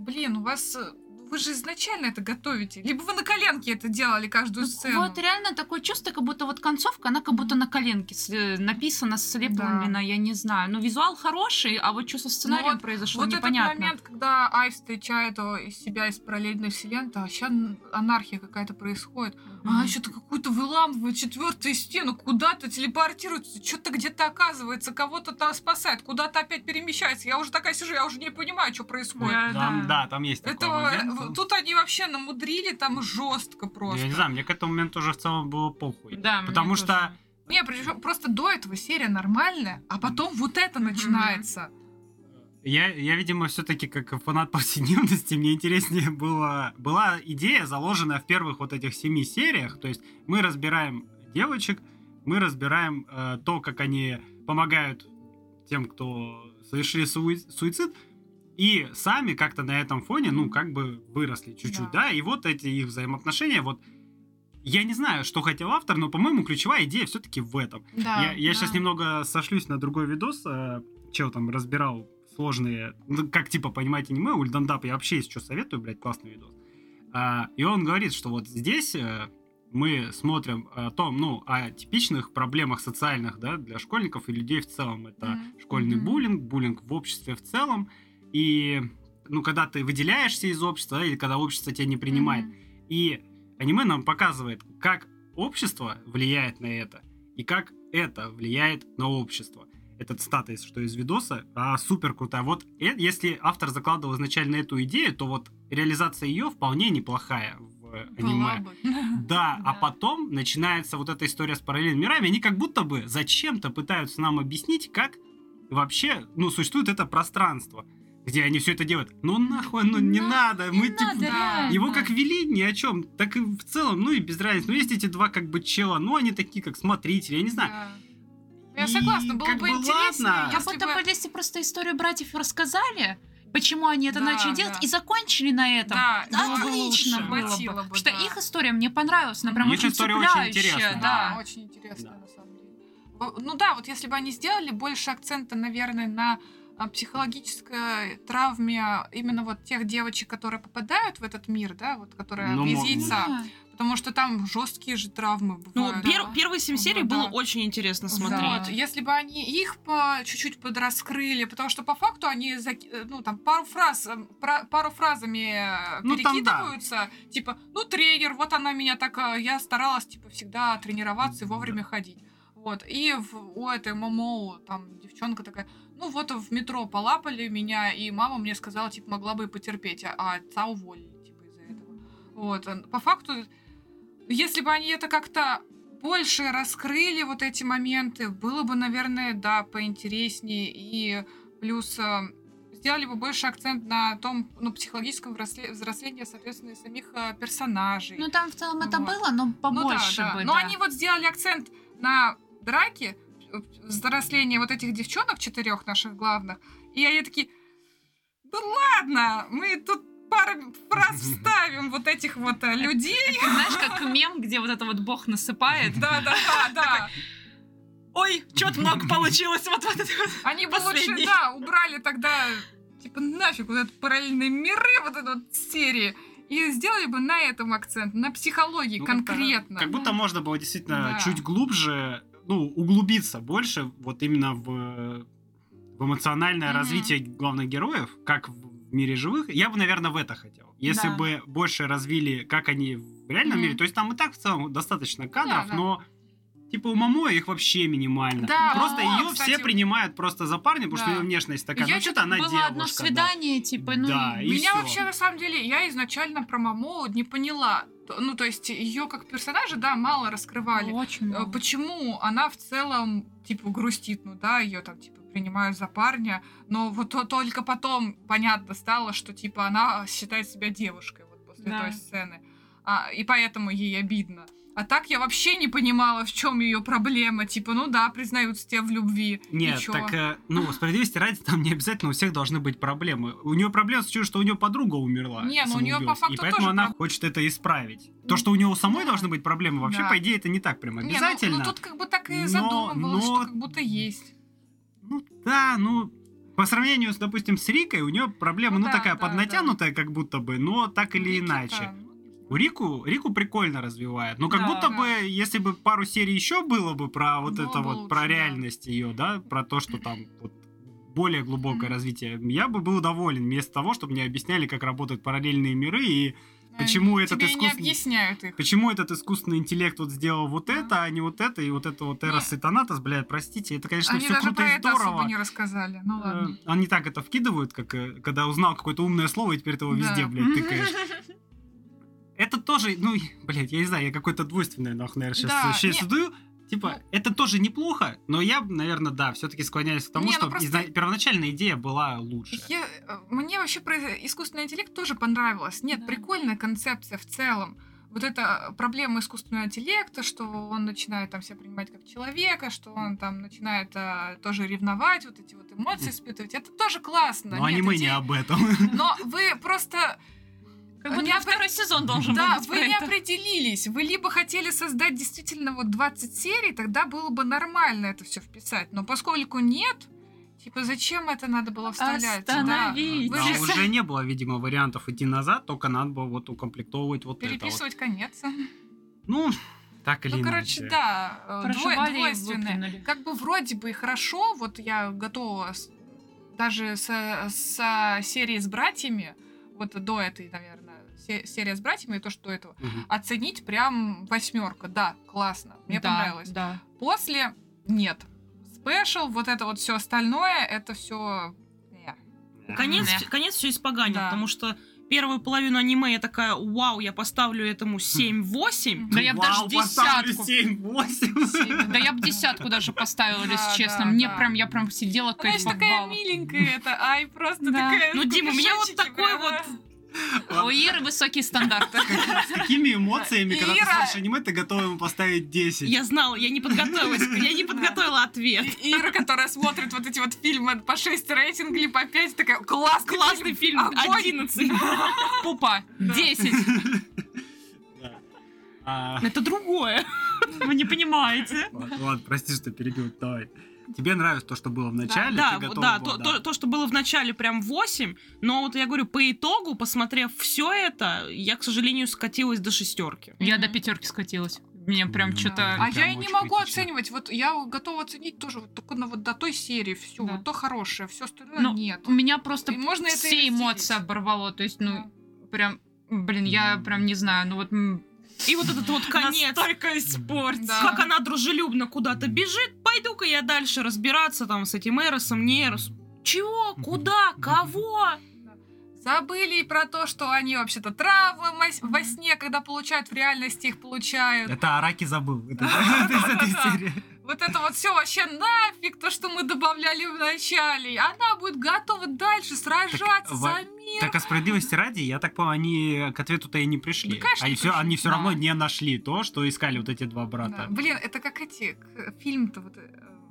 У вас... Вы же изначально это готовите. Либо вы на коленке это делали, каждую сцену. Вот реально такое чувство, как будто вот концовка, она как будто на коленке написана, слеплена, я не знаю. Визуал хороший, а вот что со сценарием произошло, Вот непонятно. этот момент, когда Ай встречает из себя из параллельной вселенной, а сейчас анархия какая-то происходит. А что-то какую-то выламывает четвертую стену, куда-то телепортируется, что-то где-то оказывается, кого-то там спасает, куда-то опять перемещается. Я уже такая сижу, я уже не понимаю, что происходит. Там есть такой момент. Тут они вообще намудрили там жестко просто. Я не знаю, мне к этому моменту уже в целом было похуй. Да, Потому что Не, причем просто до этого серия нормальная, а потом вот это начинается. я, видимо, все-таки как фанат повседневности, мне интереснее была идея, заложенная в первых вот этих 7 сериях. То есть мы разбираем девочек, мы разбираем то, как они помогают тем, кто совершили суицид. И сами как-то на этом фоне, ну, как бы выросли чуть-чуть, да, и вот эти их взаимоотношения, вот, я не знаю, что хотел автор, но, по-моему, ключевая идея все-таки в этом. Да, Я сейчас немного сошлюсь на другой видос, чел там разбирал сложные, ну, как, типа, понимать аниме, Ульдандап, я вообще, если что, советую, блядь, классный видос. И он говорит, что вот здесь мы смотрим о том, ну, о типичных проблемах социальных, да, для школьников и людей в целом. Это школьный буллинг, буллинг в обществе в целом, и, ну, когда ты выделяешься из общества, да, или когда общество тебя не принимает. И аниме нам показывает, как общество влияет на это, и как это влияет на общество. Это цитата, что из видоса, супер крутая. Вот если автор закладывал изначально эту идею, то вот реализация ее вполне неплохая в аниме. Да, а потом начинается вот эта история с параллельными мирами. Они как будто бы зачем-то пытаются нам объяснить, как вообще, ну, существует это пространство, где они все это делают. Ну нахуй, ну не надо. Мы типа его как вели ни о чем, так и в целом, ну и без разницы. Ну есть эти два как бы чела, ну они такие как смотрители, я не знаю. Я согласна, было бы интересно, как будто бы если просто историю братьев рассказали, почему они это начали делать, и закончили на этом. Да, отлично было бы. Потому что их история мне понравилась, она прям их очень история цепляющая. очень интересная. Да, очень интересная на самом деле. Ну да, вот если бы они сделали больше акцента, наверное, на психологической травме именно вот тех девочек, которые попадают в этот мир, да, вот которые без яйца. Потому что там жесткие же травмы бывают. Ну, первые 7 серий было очень интересно смотреть. Вот. Если бы они их чуть-чуть подраскрыли, потому что по факту они, ну, там, пару фразами перекидываются, типа, ну, тренер, вот она меня так, я старалась, типа, всегда тренироваться и вовремя ходить. Вот. И у этой Момоу, там, девчонка такая, ну, вот в метро полапали меня, и мама мне сказала, типа, могла бы и потерпеть, а отца уволили, типа, из-за этого. Вот. По факту, если бы они это как-то больше раскрыли, вот эти моменты, было бы, наверное, да, поинтереснее. И плюс сделали бы больше акцент на том, ну, психологическом взрослении, соответственно, самих персонажей. Ну, там в целом это было, но побольше бы. Но они вот сделали акцент на драке, взросление вот этих девчонок 4 наших главных. И они такие, да ладно, мы тут пару фраз вставим вот этих вот людей. Это, знаешь, как мем, где вот это вот бог насыпает. Да. Ой, что-то много получилось. Вот это вот. Они бы лучше, убрали тогда, типа, нафиг вот этот параллельные миры, вот эту вот серии. И сделали бы на этом акцент, на психологии конкретно. Как будто можно было действительно чуть глубже, ну, углубиться больше вот именно в эмоциональное развитие главных героев, как в мире живых. Я бы, наверное, в это хотел. Если бы больше развили, как они в реальном мире, то есть там и так в целом достаточно кадров, но типа у Мамои их вообще минимально. Да, просто ее все принимают просто за парня, потому что ее внешность такая. Ну что-то она девушка. Было одно свидание, типа, ну... Да, меня вообще, на самом деле, я изначально про Мамоу не поняла. Ну, то есть, ее как персонажа, мало раскрывали. Очень мало. Почему она в целом, типа, грустит, ну да, ее там, типа, принимают за парня, но вот только потом понятно стало, что, типа, она считает себя девушкой вот после той сцены. И поэтому ей обидно. А так я вообще не понимала, в чем ее проблема. Типа, ну да, признаются тебе в любви. Нет, так, справедливости ради, там не обязательно у всех должны быть проблемы. У нее проблема с тем, что у нее подруга умерла. Не, ну у нее по факту и поэтому тоже она хочет это исправить. То, что у нее у самой должны быть проблемы, вообще, по идее, это не так прям обязательно. Ну тут как бы так и задумывалось, что как будто есть. Ну да, по сравнению, допустим, с Рикой, у нее проблема, такая поднатянутая, как будто бы, но так или иначе. Рику прикольно развивает. Но как будто бы, если бы пару серий еще было бы про вот это вот, лучше, про реальность ее, да, про то, что там вот более глубокое развитие, я бы был доволен, вместо того, чтобы мне объясняли, как работают параллельные миры и почему этот искусственный интеллект вот сделал вот это, а не вот это, и вот это вот Эрос и Танатос, блядь, простите, это, конечно, все круто и здорово. Они даже про это особо не рассказали, ну ладно. Они так это вкидывают, как когда узнал какое-то умное слово, и теперь ты его везде, блядь, тыкаешь. Это тоже, блядь, я не знаю, я какой-то двойственный, наверное, сейчас иду. Типа, это тоже неплохо, но я, наверное, все-таки склоняюсь к тому, что первоначальная идея была лучше. Мне вообще про искусственный интеллект тоже понравилось. Нет, прикольная концепция в целом. вот эта проблема искусственного интеллекта, что он начинает там себя принимать как человека, что он там начинает тоже ревновать, вот эти вот эмоции испытывать. Это тоже классно. Но Нет, аниме не идея- об этом. Но вы просто... Как будто не опре- второй сезон должен Да, быть вы про не это. определились. Вы либо хотели создать действительно вот 20 серий, тогда было бы нормально это все вписать. Но поскольку нет, типа зачем это надо было вставлять? Да. Остановить. Вы А же уже не было, видимо, вариантов идти назад, только надо было вот укомплектовывать вот это вот. переписывать конец. Ну, так или Ну, иначе. короче, да, Проживали и двойственное. выплюнули. Как бы вроде бы и хорошо, вот я готова даже со серией с братьями, вот до этой, наверное, серия с братьями и то, что до этого, Мгм. оценить прям 8. Да, классно, мне Да, понравилось. Да. После нет. Спешл, вот это вот все остальное, это все. Конец все испоганил, Да. потому что первую половину аниме я такая, вау, я поставлю этому 7-8. Да я бы даже Вау, поставлю десятку. 7-8. Да я бы 10 даже поставила, Да, если честно. да, Мне да. прям, я прям сидела, Она же такая кайфовала. миленькая, это ай, просто Да. такая. Ну, Дим, у меня вот кошечки такой прям, вот... У Иры высокие стандарты. С какими эмоциями, когда ты Ира- смотришь аниме, ты готова ему поставить 10? Я знала, я не подготовилась, я не подготовила ответ. И Ира, которая смотрит вот эти вот фильмы по 6 рейтинг или по 5, такая, классный, Классный фильм, огонь!» 11. Пупа, 10. Это другое. Вы не понимаете. Ладно, прости, что перебил. Давай. Тебе нравится то, что было в начале? Да, ты вот готова да, была, то, что было в начале, прям 8, но вот я говорю, по итогу, посмотрев все это, я, к сожалению, скатилась до 6. Я до 5 скатилась. Мне прям что-то... А я Прям и не очень могу критично. оценивать. Вот я готова оценить тоже вот только вот до той серии все, Да. вот то хорошее, все остальное Ну, нет. У меня просто И можно это и все разделить. эмоции оборвало. То есть, ну, прям, блин, я прям не знаю, ну вот... И вот этот вот конец. испортил. Да. Как она дружелюбно куда-то бежит, пойду-ка я дальше разбираться там с этим Эросом, не Эросом. Чего? Куда? Кого? Забыли и про то, что они вообще-то травмы во сне, когда получают, в реальности их получают. Это Араки забыл. Это из этой серии. Вот это вот все вообще нафиг, то, что мы добавляли в начале. Она будет готова дальше сражаться во- за мир. Так, а справедливости ради, я так понял, они к ответу-то и не пришли. Да, конечно, не пришли. Они все Да. равно не нашли то, что искали вот эти два Да. брата. Блин, это как фильм-то вот...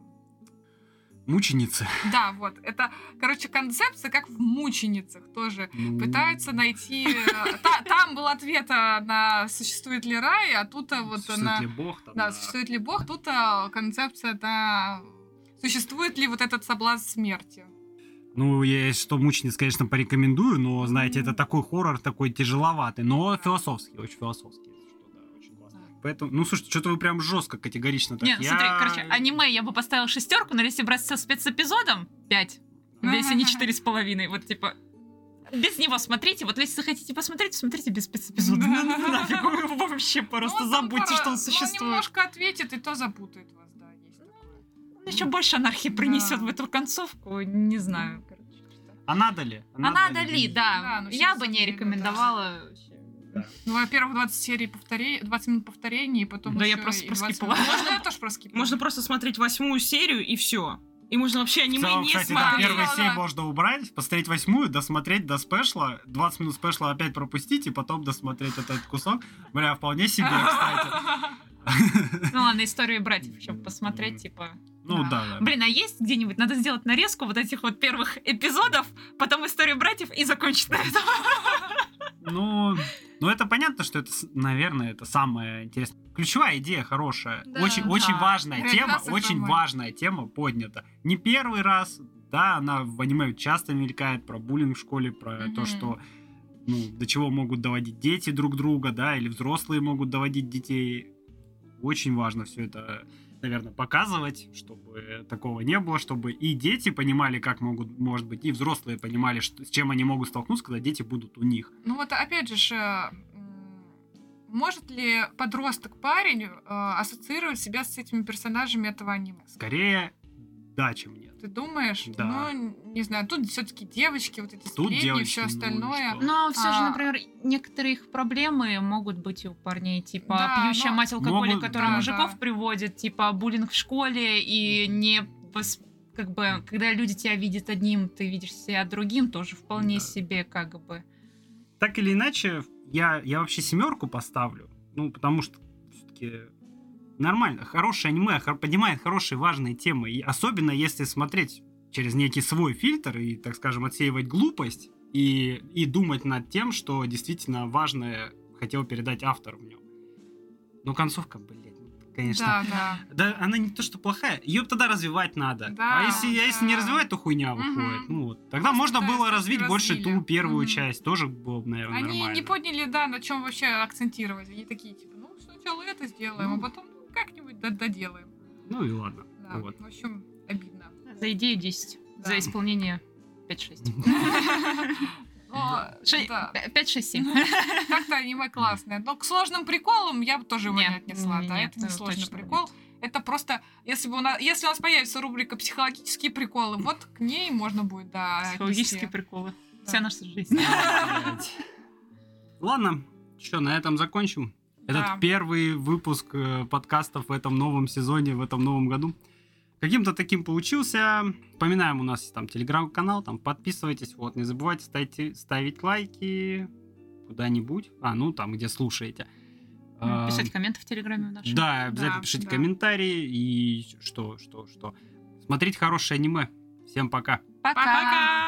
Мученицы. Да, вот. Это, короче, концепция, как в «Мученицах» тоже. Ну, Пытаются найти... Там был ответ на существует ли рай, а тут вот существует на... ли Бог там, Да, да. существует ли Бог, тут концепция, да... Существует ли вот этот соблазн смерти? Ну, я что мучениц, конечно, порекомендую, но, знаете, это такой хоррор, такой тяжеловатый, но философский, очень философский. если что, да, очень классно. Поэтому, ну, слушайте, что-то вы прям жестко, категорично так. Не, смотри, короче, аниме я бы поставила 6, но если брать со спецэпизодом, 5. Если не 4,5. Вот типа. Без него смотрите. Вот если захотите посмотреть, смотрите без спецэпизода. Ну, нафиг, вы вообще просто Ну, там забудьте, что он Ну, существует. немножко ответит, и то запутает вас, да, есть такое. Он еще больше анархии принесет Да. в эту концовку. Не знаю, короче. А надо ли? А надо ли, да. Да, ну, Я сейчас бы не забыли, рекомендовала. Ну, во-первых, 20 серий 20 минут повторений, и потом Да, я ещё просто и 20 проскипала. минут. Можно я тоже проскипала? Можно просто смотреть 8 серию и все. И можно вообще В аниме целом, не кстати, да, смотреть. первые Да, 7 да. можно убрать, посмотреть 8, досмотреть до спешла, 20 минут спешла опять пропустить, и потом досмотреть этот кусок. Бля, вполне себе, кстати. Ну ладно, историю братьев еще посмотреть, типа. Ну да, да. Блин, а есть где-нибудь? Надо сделать нарезку вот этих вот первых эпизодов, потом историю братьев и закончить на этом. Ну, это понятно, что это, наверное, это самое интересное. Ключевая идея хорошая. Да, очень, да. очень важная Реально тема, сохраняй. очень важная тема поднята. Не первый раз, да, она в аниме часто мелькает про буллинг в школе, про то, Мгм. что до чего могут доводить дети друг друга, да, или взрослые могут доводить детей. Очень важно все это, наверное, показывать, чтобы такого не было, чтобы и дети понимали, как может быть, и взрослые понимали, с чем они могут столкнуться, когда дети будут у них. Ну вот опять же, может ли подросток-парень ассоциировать себя с этими персонажами этого аниме? Скорее, да, чем нет. Ты думаешь? Да. Ну, не знаю, тут все-таки девочки, вот эти Тут сплетни, девочки, все ну, остальное. что? Но все же, А. например, некоторые их проблемы могут быть и у парней, типа Да, пьющая но- мать алкоголик, Могут, который да, мужиков да. приводит, типа буллинг в школе, и не как бы, когда люди тебя видят одним, ты видишь себя другим, тоже вполне Да. себе как бы. Так или иначе, я вообще 7 поставлю. Ну, потому что все-таки нормально. Хорошее аниме поднимает хорошие важные темы. И особенно если смотреть через некий свой фильтр и, так скажем, отсеивать глупость и думать над тем, что действительно важное хотел передать автор в нем. Но концовка, блядь, конечно. Да, она не то, что плохая. Ее тогда развивать надо. Да, а если не развивать, то хуйня выходит. Ну, вот. Тогда можно было развить больше ту первую часть. Тоже было бы, наверное, Они нормально. не поняли, да, на чем вообще акцентировать. Они такие, типа, ну, сначала это сделаем, а потом как-нибудь доделаем. Ну и ладно. Да, Вот. в общем, обидно. За идею 10. Да. За исполнение 5-6. Но, да, 5-6-7. как-то аниме классное. Но к сложным приколам я бы тоже его не отнесла. Да, это не сложный точно прикол. Это просто, если у нас появится рубрика «Психологические приколы», вот к ней можно будет, да, Психологические отнести. приколы. Да. Вся наша жизнь. Блядь. Ладно, что, на этом закончим. Да. Этот первый выпуск подкастов в этом новом сезоне, в этом новом году. Каким-то таким получился. Вспоминаем, у нас есть там телеграм-канал, там подписывайтесь, вот, не забывайте ставить лайки куда-нибудь. Ну, там, где слушаете. Писать комменты в Телеграме в нашем. Да, обязательно Да, пишите да. комментарии и что. Смотрите хорошее аниме. Всем пока. Пока!